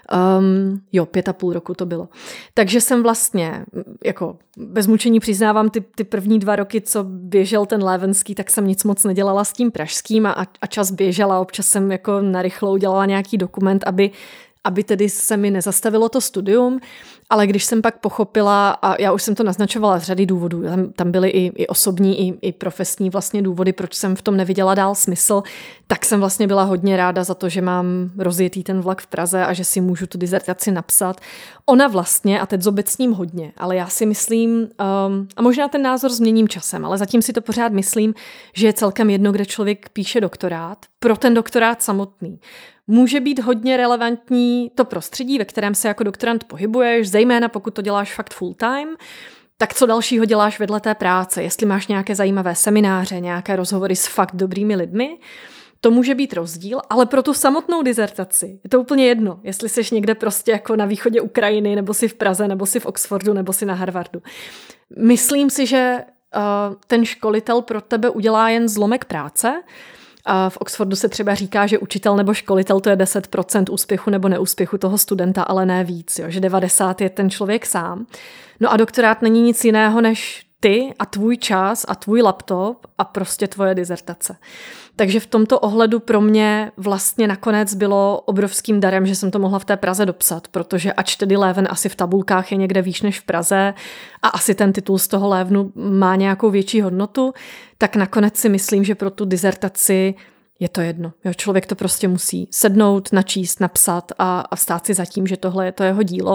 Um, jo, pět a půl roku to bylo. Takže jsem vlastně, jako bez mučení přiznávám, ty, ty první dva roky, co běžel ten lévenský, tak jsem nic moc nedělala s tím pražským a, a čas běžela. Občas jsem jako narychlo udělala nějaký dokument, aby aby tedy se mi nezastavilo to studium, ale když jsem pak pochopila, a já už jsem to naznačovala z řady důvodů, tam, tam byly i, i osobní, i, i profesní vlastně důvody, proč jsem v tom neviděla dál smysl, tak jsem vlastně byla hodně ráda za to, že mám rozjetý ten vlak v Praze a že si můžu tu dizertaci napsat. Ona vlastně, a teď zobecním hodně, ale já si myslím, um, a možná ten názor změním časem, ale zatím si to pořád myslím, že je celkem jedno, kde člověk píše doktorát, pro ten doktorát samotný. Může být hodně relevantní to prostředí, ve kterém se jako doktorant pohybuješ, zejména pokud to děláš fakt full time, tak co dalšího děláš vedle té práce, jestli máš nějaké zajímavé semináře, nějaké rozhovory s fakt dobrými lidmi, to může být rozdíl, ale pro tu samotnou dizertaci je to úplně jedno, jestli jsi někde prostě jako na východě Ukrajiny, nebo si v Praze, nebo si v Oxfordu, nebo si na Harvardu. Myslím si, že uh, ten školitel pro tebe udělá jen zlomek práce. A v Oxfordu se třeba říká, že učitel nebo školitel to je deset procent úspěchu nebo neúspěchu toho studenta, ale ne víc, jo, že devadesát je ten člověk sám. No a doktorát není nic jiného než ty a tvůj čas a tvůj laptop a prostě tvoje dizertace. Takže v tomto ohledu pro mě vlastně nakonec bylo obrovským darem, že jsem to mohla v té Praze dopsat, protože ač tedy Léven asi v tabulkách je někde výš než v Praze a asi ten titul z toho Lévnu má nějakou větší hodnotu, tak nakonec si myslím, že pro tu dizertaci je to jedno. Jo, člověk to prostě musí sednout, načíst, napsat a, a stát si za tím, že tohle je to jeho dílo.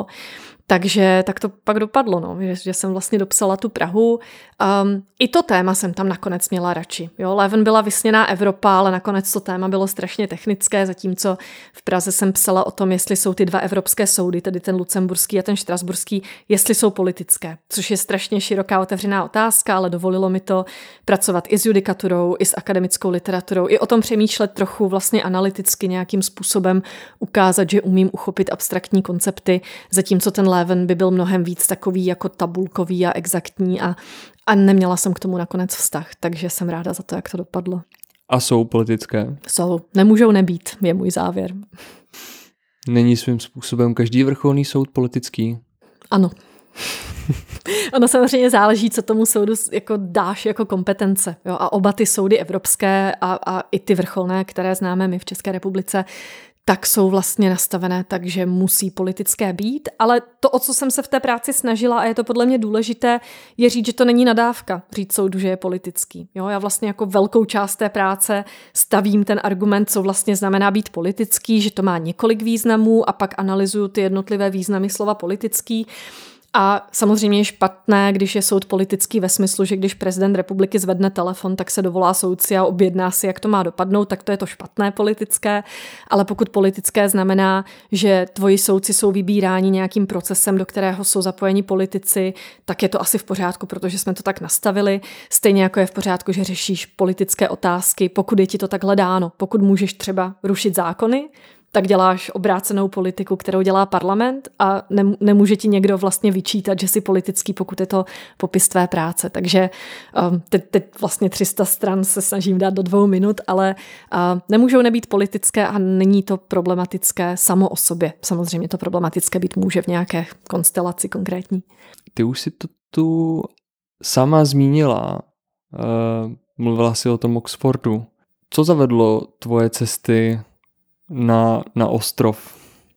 Takže tak to pak dopadlo, no, že, že jsem vlastně dopsala tu Prahu. Um, I to téma jsem tam nakonec měla radši. Jo, Léven byla vysněná Evropa, ale nakonec to téma bylo strašně technické, zatímco v Praze jsem psala o tom, jestli jsou ty dva evropské soudy, tedy ten lucemburský a ten štrasburský, jestli jsou politické, což je strašně široká otevřená otázka, ale dovolilo mi to pracovat i s judikaturou, i s akademickou literaturou, i o tom přemýšlet trochu vlastně analyticky nějakým způsobem, ukázat, že umím uchopit abstraktní koncepty, zatímco ten Léven by byl mnohem víc takový jako tabulkový a exaktní a, a neměla jsem k tomu nakonec vztah, takže jsem ráda za to, jak to dopadlo. A jsou politické? Jsou. Nemůžou nebýt, je můj závěr. Není svým způsobem každý vrcholný soud politický? Ano. Ono samozřejmě záleží, co tomu soudu jako dáš jako kompetence. Jo? A oba ty soudy evropské a, a i ty vrcholné, které známe my v České republice, tak jsou vlastně nastavené tak, že musí politické být, ale to, o co jsem se v té práci snažila, a je to podle mě důležité, je říct, že to není nadávka, říct soudu, že je politický. Jo, já vlastně jako velkou část té práce stavím ten argument, co vlastně znamená být politický, že to má několik významů a pak analyzuju ty jednotlivé významy slova politický. A samozřejmě je špatné, když je soud politický ve smyslu, že když prezident republiky zvedne telefon, tak se dovolá soudci a objedná si, jak to má dopadnout, tak to je to špatné politické. Ale pokud politické znamená, že tvoji soudci jsou vybíráni nějakým procesem, do kterého jsou zapojeni politici, tak je to asi v pořádku, protože jsme to tak nastavili. Stejně jako je v pořádku, že řešíš politické otázky, pokud je ti to takhle dáno. Pokud můžeš třeba rušit zákony, tak děláš obrácenou politiku, kterou dělá parlament a nemůže ti někdo vlastně vyčítat, že jsi politický, pokud je to popis tvé práce. Takže um, teď, teď vlastně tři sta stran se snažím dát do dvou minut, ale uh, nemůžou nebýt politické a není to problematické samo o sobě. Samozřejmě to problematické být může v nějaké konstelaci konkrétní. Ty už si to tu sama zmínila. Uh, mluvila si o tom Oxfordu. Co zavedlo tvoje cesty na, na ostrov?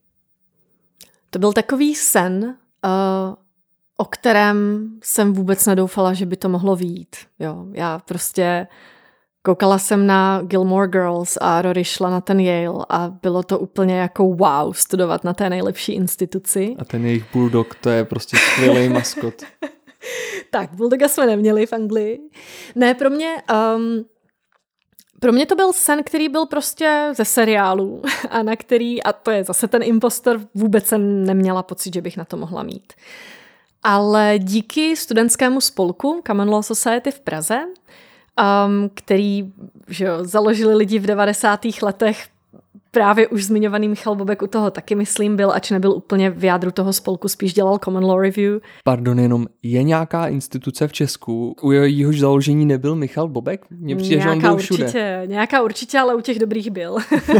To byl takový sen, uh, o kterém jsem vůbec nedoufala, že by to mohlo vyjít. Jo, já prostě koukala jsem na Gilmore Girls a Rory šla na ten Yale a bylo to úplně jako wow, studovat na té nejlepší instituci. A ten jejich bulldog, to je prostě skvělý maskot. Tak, bulldoga jsme neměli v Anglii. Ne, pro mě... Um, Pro mě to byl sen, který byl prostě ze seriálu a na který, a to je zase ten impostor, vůbec jsem neměla pocit, že bych na to mohla mít. Ale díky studentskému spolku Common Law Society v Praze, um, který že jo, založili lidi v devadesátých letech právě už zmiňovaný Michal Bobek u toho taky, myslím, byl, ač nebyl úplně v jádru toho spolku, spíš dělal Common Law Review. Pardon, jenom je nějaká instituce v Česku, u jejíhož založení nebyl Michal Bobek? Mně přijde, že on byl všude. Určitě, nějaká určitě, ale u těch dobrých byl.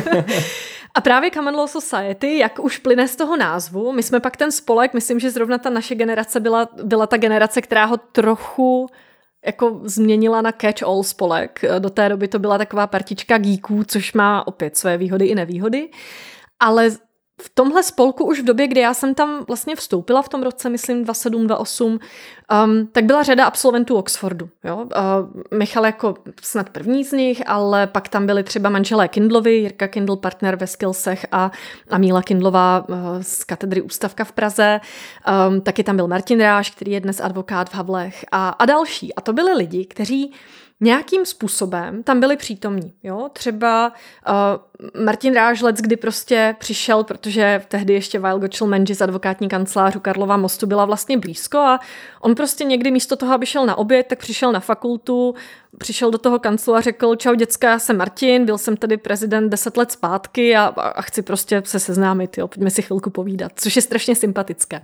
A právě Common Law Society, jak už plyne z toho názvu, my jsme pak ten spolek, myslím, že zrovna ta naše generace byla, byla ta generace, která ho trochu jako změnila na catch-all spolek. Do té doby to byla taková partička geeků, což má opět své výhody i nevýhody. Ale v tomhle spolku už v době, kdy já jsem tam vlastně vstoupila v tom roce, myslím dvacet sedm, dvacet osm, um, tak byla řada absolventů Oxfordu. Jo? Uh, Michal jako snad první z nich, ale pak tam byli třeba manželé Kindlovi, Jirka Kindl, partner ve Skillsech a, a Míla Kindlová uh, z katedry Ústavka v Praze. Um, taky tam byl Martin Ráš, který je dnes advokát v Havlech a, a další. A to byli lidi, kteří nějakým způsobem tam byli přítomní. Jo? Třeba uh, Martin Rážlec, kdy prostě přišel, protože tehdy ještě Weil Gotschel Menji z advokátní kancelář u Karlova mostu byla vlastně blízko a on prostě někdy místo toho, aby šel na oběd, tak přišel na fakultu, přišel do toho kanclu a řekl: čau děcka, já jsem Martin, byl jsem tady prezident deset let zpátky a, a chci prostě se seznámit, jo? Pojďme si chvilku povídat, což je strašně sympatické.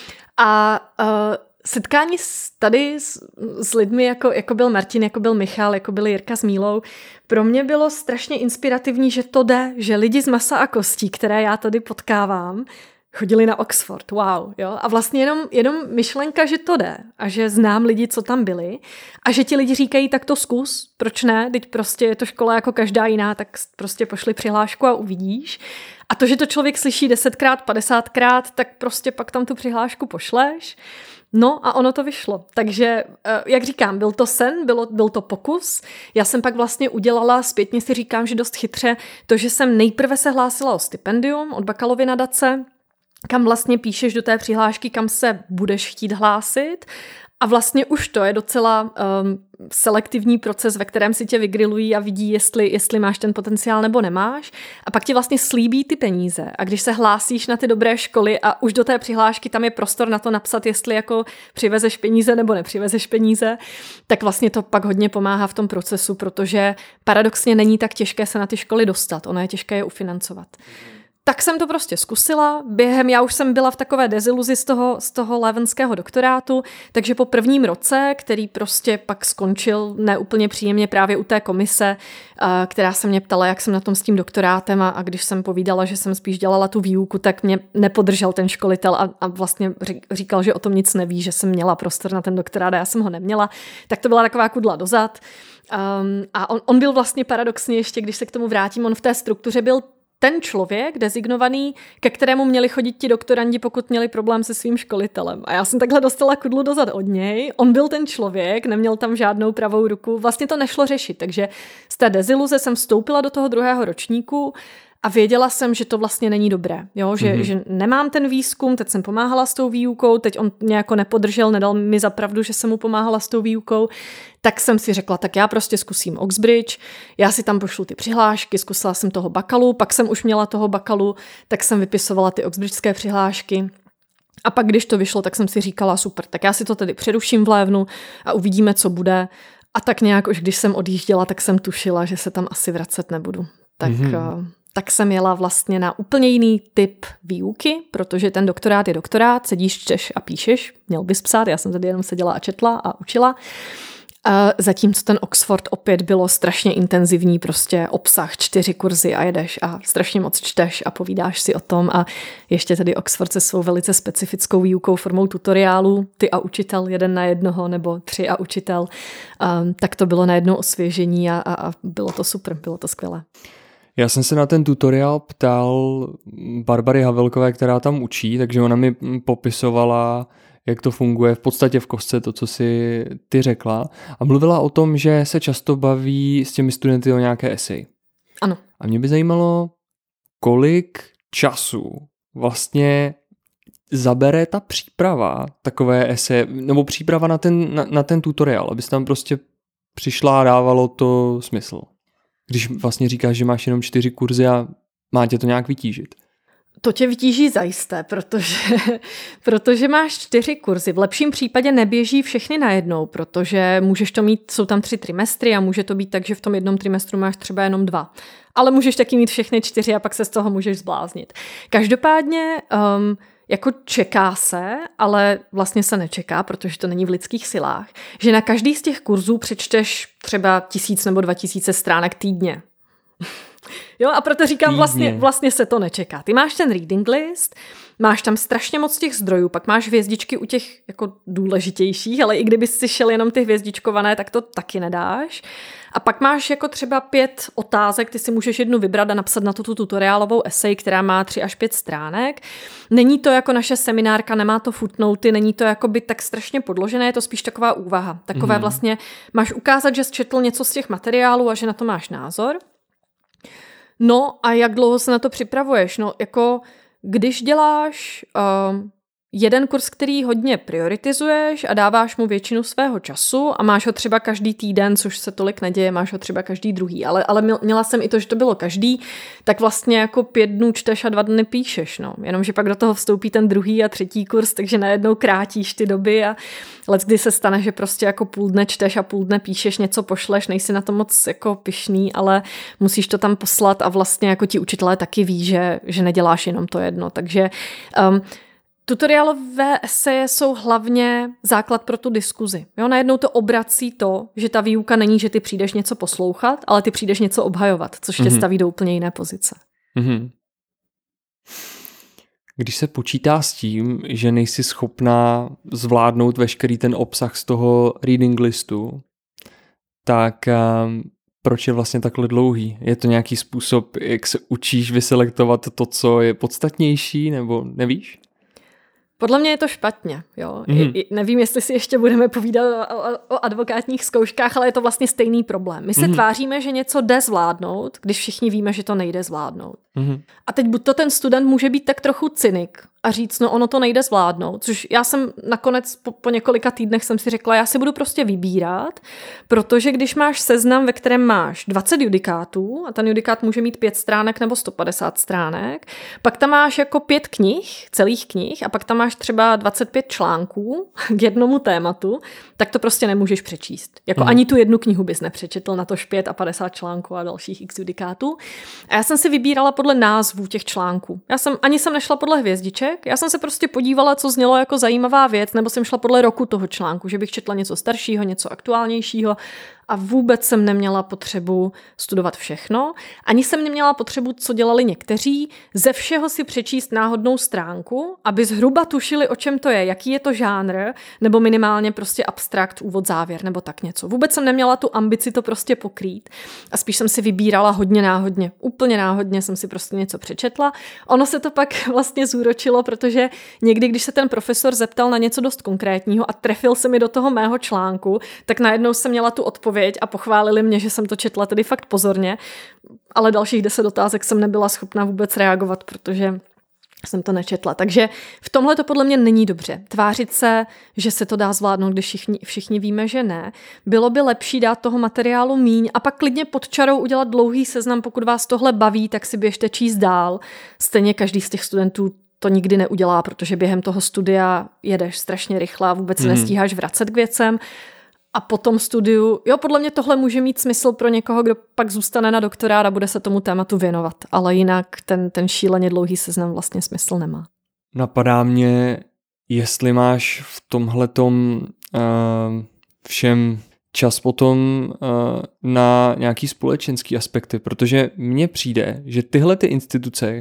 A uh, setkání tady s, s lidmi, jako, jako byl Martin, jako byl Michal, jako byl Jirka s Mílou, pro mě bylo strašně inspirativní, že to jde, že lidi z masa a kostí, které já tady potkávám, chodili na Oxford, wow, jo, a vlastně jenom, jenom myšlenka, že to jde a že znám lidi, co tam byli a že ti lidi říkají, tak to zkus, proč ne, teď prostě je to škola jako každá jiná, tak prostě pošli přihlášku a uvidíš. A to, že to člověk slyší desetkrát, padesátkrát, tak prostě pak tam tu přihlášku pošleš. No a ono to vyšlo. Takže, jak říkám, byl to sen, bylo, byl to pokus. Já jsem pak vlastně udělala, zpětně si říkám, že dost chytře, to, že jsem nejprve se hlásila o stipendium od Bakalovy nadace, kam vlastně píšeš do té přihlášky, kam se budeš chtít hlásit. A vlastně už to je docela um, selektivní proces, ve kterém si tě vygrilují a vidí, jestli, jestli máš ten potenciál nebo nemáš. A pak ti vlastně slíbí ty peníze. A když se hlásíš na ty dobré školy a už do té přihlášky tam je prostor na to napsat, jestli jako přivezeš peníze nebo nepřivezeš peníze, tak vlastně to pak hodně pomáhá v tom procesu, protože paradoxně není tak těžké se na ty školy dostat. Ono je těžké je ufinancovat. Tak jsem to prostě zkusila. Během, já už jsem byla v takové deziluzi z toho, z toho levenského doktorátu, takže po prvním roce, který prostě pak skončil neúplně příjemně právě u té komise, která se mě ptala, jak jsem na tom s tím doktorátem a, a když jsem povídala, že jsem spíš dělala tu výuku, tak mě nepodržel ten školitel a, a vlastně říkal, že o tom nic neví, že jsem měla prostor na ten doktorát a já jsem ho neměla. Tak to byla taková kudla dozad. Um, a on, on byl vlastně paradoxně ještě, když se k tomu vrátím, on v té struktuře byl ten člověk designovaný, ke kterému měli chodit ti doktorandi, pokud měli problém se svým školitelem. A já jsem takhle dostala kudlu dozad od něj. On byl ten člověk, neměl tam žádnou pravou ruku. Vlastně to nešlo řešit. Takže z té deziluze jsem vstoupila do toho druhého ročníku a věděla jsem, že to vlastně není dobré. Jo? Že, mm-hmm. že nemám ten výzkum, teď jsem pomáhala s tou výukou, teď on mě jako nepodržel, nedal mi za pravdu, že jsem mu pomáhala s tou výukou. Tak jsem si řekla, tak já prostě zkusím Oxbridge, já si tam pošlu ty přihlášky, zkusila jsem toho bakalu, pak jsem už měla toho bakalu, tak jsem vypisovala ty oxbridgeské přihlášky. A pak, když to vyšlo, tak jsem si říkala, super, tak já si to tedy přeruším v lévnu a uvidíme, co bude. A tak nějak už když jsem odjížděla, tak jsem tušila, že se tam asi vracet nebudu. Tak... Mm-hmm. tak jsem jela vlastně na úplně jiný typ výuky, protože ten doktorát je doktorát, sedíš, čteš a píšeš, měl bys psát, já jsem tady jenom seděla a četla a učila. Zatímco ten Oxford opět bylo strašně intenzivní, prostě obsah, čtyři kurzy a jedeš a strašně moc čteš a povídáš si o tom a ještě tedy Oxford se svou velice specifickou výukou formou tutoriálu, ty a učitel jeden na jednoho nebo tři a učitel, um, tak to bylo najednou osvěžení a, a, a bylo to super, bylo to skvělé. Já jsem se na ten tutoriál ptal Barbary Havelkové, která tam učí, takže ona mi popisovala, jak to funguje v podstatě v kostce, to, co si ty řekla. A mluvila o tom, že se často baví s těmi studenty o nějaké esej. Ano. A mě by zajímalo, kolik času vlastně zabere ta příprava takové eseje, nebo příprava na ten, na, na ten tutoriál, abys tam prostě přišla a dávalo to smysl. Když vlastně říkáš, že máš jenom čtyři kurzy a má tě to nějak vytížit. To tě vytíží zajisté, protože, protože máš čtyři kurzy. V lepším případě neběží všechny najednou, protože můžeš to mít, jsou tam tři trimestry a může to být tak, že v tom jednom trimestru máš třeba jenom dva. ale můžeš taky mít všechny čtyři a pak se z toho můžeš zbláznit. Každopádně um, jako čeká se, ale vlastně se nečeká, protože to není v lidských silách, že na každý z těch kurzů přečteš třeba tisíc nebo dva tisíce stránek týdně. Jo, a proto říkám, vlastně, vlastně se to nečeká. Ty máš ten reading list, máš tam strašně moc těch zdrojů, pak máš hvězdičky u těch jako důležitějších, ale i kdyby si šel jenom ty hvězdičkované, tak to taky nedáš. A pak máš jako třeba pět otázek, ty si můžeš jednu vybrat a napsat na to tu tutoriálovou esej, která má tři až pět stránek. Není to jako naše seminárka, nemá to footnoty, není to jako by tak strašně podložené, je to spíš taková úvaha. Takové mm. vlastně máš ukázat, že jsi četl něco z těch materiálů a že na to máš názor. No a jak dlouho se na to připravuješ? No jako když děláš uh, jeden kurz, který hodně prioritizuješ a dáváš mu většinu svého času a máš ho třeba každý týden, což se tolik neděje, máš ho třeba každý druhý, ale, ale měla jsem i to, že to bylo každý, tak vlastně jako pět dnů čteš a dva dny píšeš, no. Jenomže pak do toho vstoupí ten druhý a třetí kurz, takže najednou krátíš ty doby a leckdy se stane, že prostě jako půl dne čteš a půl dne píšeš, něco pošleš, nejsi na to moc jako pyšný, ale musíš to tam poslat a vlastně jako ti učitelé taky ví, že, že neděláš jenom to jedno, takže um, tutoriálové eseje jsou hlavně základ pro tu diskuzi. Jo, najednou to obrací to, že ta výuka není, že ty přijdeš něco poslouchat, ale ty přijdeš něco obhajovat, což tě mm-hmm. staví do úplně jiné pozice. Mm-hmm. Když se počítá s tím, že nejsi schopná zvládnout veškerý ten obsah z toho reading listu, tak um, proč je vlastně takhle dlouhý? Je to nějaký způsob, jak se učíš vyselektovat to, co je podstatnější, nebo nevíš? Podle mě je to špatně, jo. Mm. I, nevím, jestli si ještě budeme povídat o, o, o advokátních zkouškách, ale je to vlastně stejný problém. My se mm. tváříme, že něco jde zvládnout, když všichni víme, že to nejde zvládnout. Mm. A teď buď to ten student může být tak trochu cynik a říct, no ono to nejde zvládnout, což já jsem nakonec po, po několika týdnech jsem si řekla, já si budu prostě vybírat, protože když máš seznam, ve kterém máš dvacet judikátů a ten judikát může mít pět stránek nebo sto padesát stránek, pak tam máš jako pět knih, celých knih a pak tam máš třeba dvacet pět článků k jednomu tématu, tak to prostě nemůžeš přečíst. Jako mm. ani tu jednu knihu bys nepřečetl, na tož pět a padesát článků a dalších x judikátů. A já jsem si vybírala podle názvů těch článků. Já jsem ani jsem nešla podle hvězdiček, já jsem se prostě podívala, co znělo jako zajímavá věc, nebo jsem šla podle roku toho článku, že bych četla něco staršího, něco aktuálnějšího a vůbec jsem neměla potřebu studovat všechno. Ani jsem neměla potřebu, co dělali někteří, ze všeho si přečíst náhodnou stránku, aby zhruba tušili, o čem to je, jaký je to žánr, nebo minimálně prostě abstrakt, úvod, závěr, nebo tak něco. Vůbec jsem neměla tu ambici to prostě pokrýt a spíš jsem si vybírala hodně náhodně. Úplně náhodně jsem si prostě něco přečetla. Ono se to pak vlastně zúročilo, protože někdy, když se ten profesor zeptal na něco dost konkrétního a trefil se mi do toho mého článku, tak najednou jsem měla tu odpověď a pochválili mě, že jsem to četla tedy fakt pozorně, ale dalších deset otázek jsem nebyla schopna vůbec reagovat, protože jsem to nečetla. Takže v tomhle to podle mě není dobře. Tvářit se, že se to dá zvládnout, když všichni, všichni víme, že ne. Bylo by lepší dát toho materiálu míň a pak klidně pod čarou udělat dlouhý seznam, pokud vás tohle baví, tak si běžte číst dál. Stejně každý z těch studentů to nikdy neudělá, protože během toho studia jedeš strašně rychle a vůbec mm. nestíháš vracet k věcem. A po tom studiu, jo, podle mě tohle může mít smysl pro někoho, kdo pak zůstane na doktorát a bude se tomu tématu věnovat. Ale jinak ten, ten šíleně dlouhý seznam vlastně smysl nemá. Napadá mě, jestli máš v tomhletom uh, všem čas potom uh, na nějaký společenský aspekty, protože mně přijde, že tyhle ty instituce,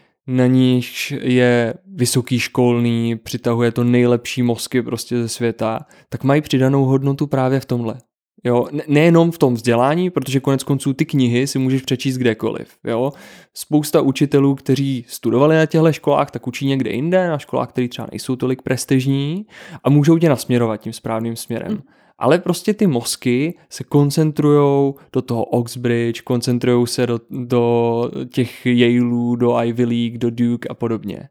na níž je vysoký školný, přitahuje to nejlepší mozky prostě ze světa, tak mají přidanou hodnotu právě v tomhle. Jo, ne- nejenom v tom vzdělání, protože konec konců ty knihy si můžeš přečíst kdekoliv. Jo. Spousta učitelů, kteří studovali na těchto školách, tak učí někde jinde, na školách, které třeba nejsou tolik prestižní a můžou tě nasměrovat tím správným směrem. Hmm. Ale prostě ty mozky se koncentrujou do toho Oxbridge, koncentrujou se do, do těch Yaleů, do Ivy League, do Duke a podobně.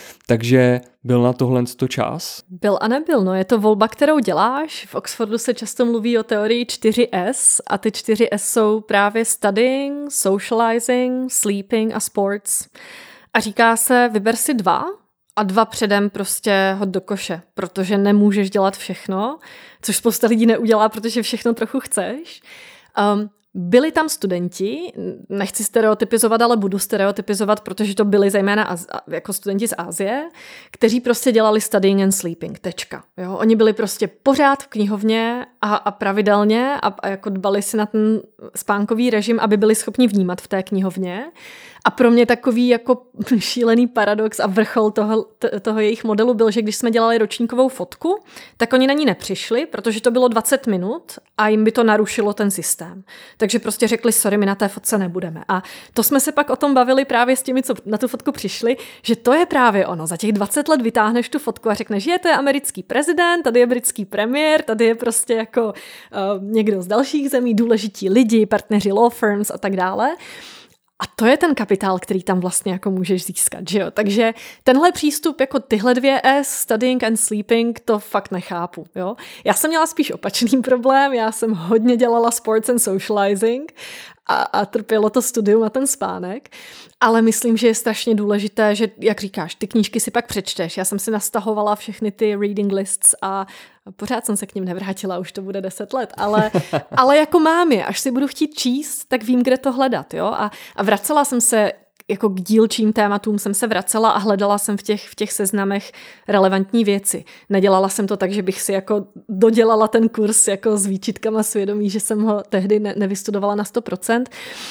Takže byl na tohle to čas? Byl a nebyl, no je to volba, kterou děláš. V Oxfordu se často mluví o teorii čtyři S a ty čtyři S jsou právě studying, socializing, sleeping a sports. A říká se, vyber si dva a dva předem prostě hod do koše, protože nemůžeš dělat všechno, což spousta lidí neudělá, protože všechno trochu chceš. Um, Byli tam studenti, nechci stereotypizovat, ale budu stereotypizovat, protože to byli zejména az, jako studenti z Asie, kteří prostě dělali studying and sleeping, tečka. Jo? Oni byli prostě pořád v knihovně a, a pravidelně a, a jako dbali si na ten spánkový režim, aby byli schopni vnímat v té knihovně. A pro mě takový jako šílený paradox a vrchol toho, toho jejich modelu byl, že když jsme dělali ročníkovou fotku, tak oni na ní nepřišli, protože to bylo dvacet minut a jim by to narušilo ten systém. Takže prostě řekli, sorry, my na té fotce nebudeme. A to jsme se pak o tom bavili právě s těmi, co na tu fotku přišli, že to je právě ono. Za těch dvacet let vytáhneš tu fotku a řekneš, že to je americký prezident, tady je britský premiér, tady je prostě jako uh, někdo z dalších zemí, důležití lidi, partneři law firms a tak dále. A to je ten kapitál, který tam vlastně jako můžeš získat, že jo? Takže tenhle přístup jako tyhle dvě S, studying and sleeping, to fakt nechápu, jo? Já jsem měla spíš opačný problém, já jsem hodně dělala sports and socializing a, a trpělo to studium a ten spánek, ale myslím, že je strašně důležité, že, jak říkáš, ty knížky si pak přečteš. Já jsem si nastahovala všechny ty reading lists a pořád jsem se k ním nevrátila, už to bude deset let, ale, ale jako mám je, až si budu chtít číst, tak vím, kde to hledat, jo? A, a vracela jsem se jako k dílčím tématům jsem se vracela a hledala jsem v těch, v těch seznamech relevantní věci. Nedělala jsem to tak, že bych si jako dodělala ten kurz jako s výčitkama svědomí, že jsem ho tehdy ne, nevystudovala na sto procent.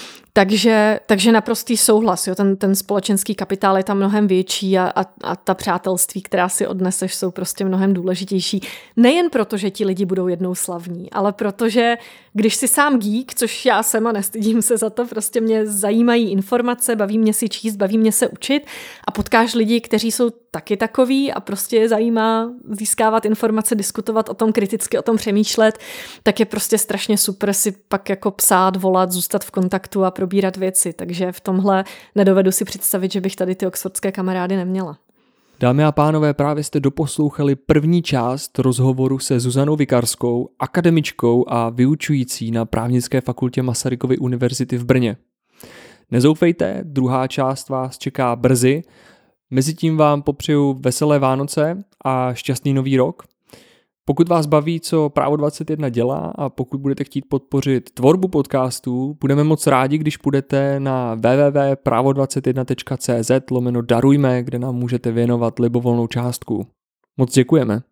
Takže, takže naprostý souhlas, jo? Ten, ten společenský kapitál je tam mnohem větší a, a, a ta přátelství, která si odneseš, jsou prostě mnohem důležitější. Nejen proto, že ti lidi budou jednou slavní, ale protože když jsi sám geek, což já jsem a nestydím se za to, prostě mě zajímají informace, baví mě si číst, baví mě se učit a potkáš lidi, kteří jsou taky takový a prostě je zajímá získávat informace, diskutovat o tom kriticky, o tom přemýšlet, tak je prostě strašně super si pak jako psát, volat, zůstat v kontaktu a probírat věci. Takže v tomhle nedovedu si představit, že bych tady ty oxfordské kamarády neměla. Dámy a pánové, právě jste doposlouchali první část rozhovoru se Zuzanou Vikarskou, akademičkou a vyučující na Právnické fakultě Masarykovy univerzity v Brně. Nezoufejte, druhá část vás čeká brzy. Mezitím vám popřeju veselé Vánoce a šťastný nový rok. Pokud vás baví, co Právo dvacet jedna dělá a pokud budete chtít podpořit tvorbu podcastů, budeme moc rádi, když půjdete na w w w tečka právo dvacet jedna tečka c z lomeno darujme, kde nám můžete věnovat libovolnou částku. Moc děkujeme.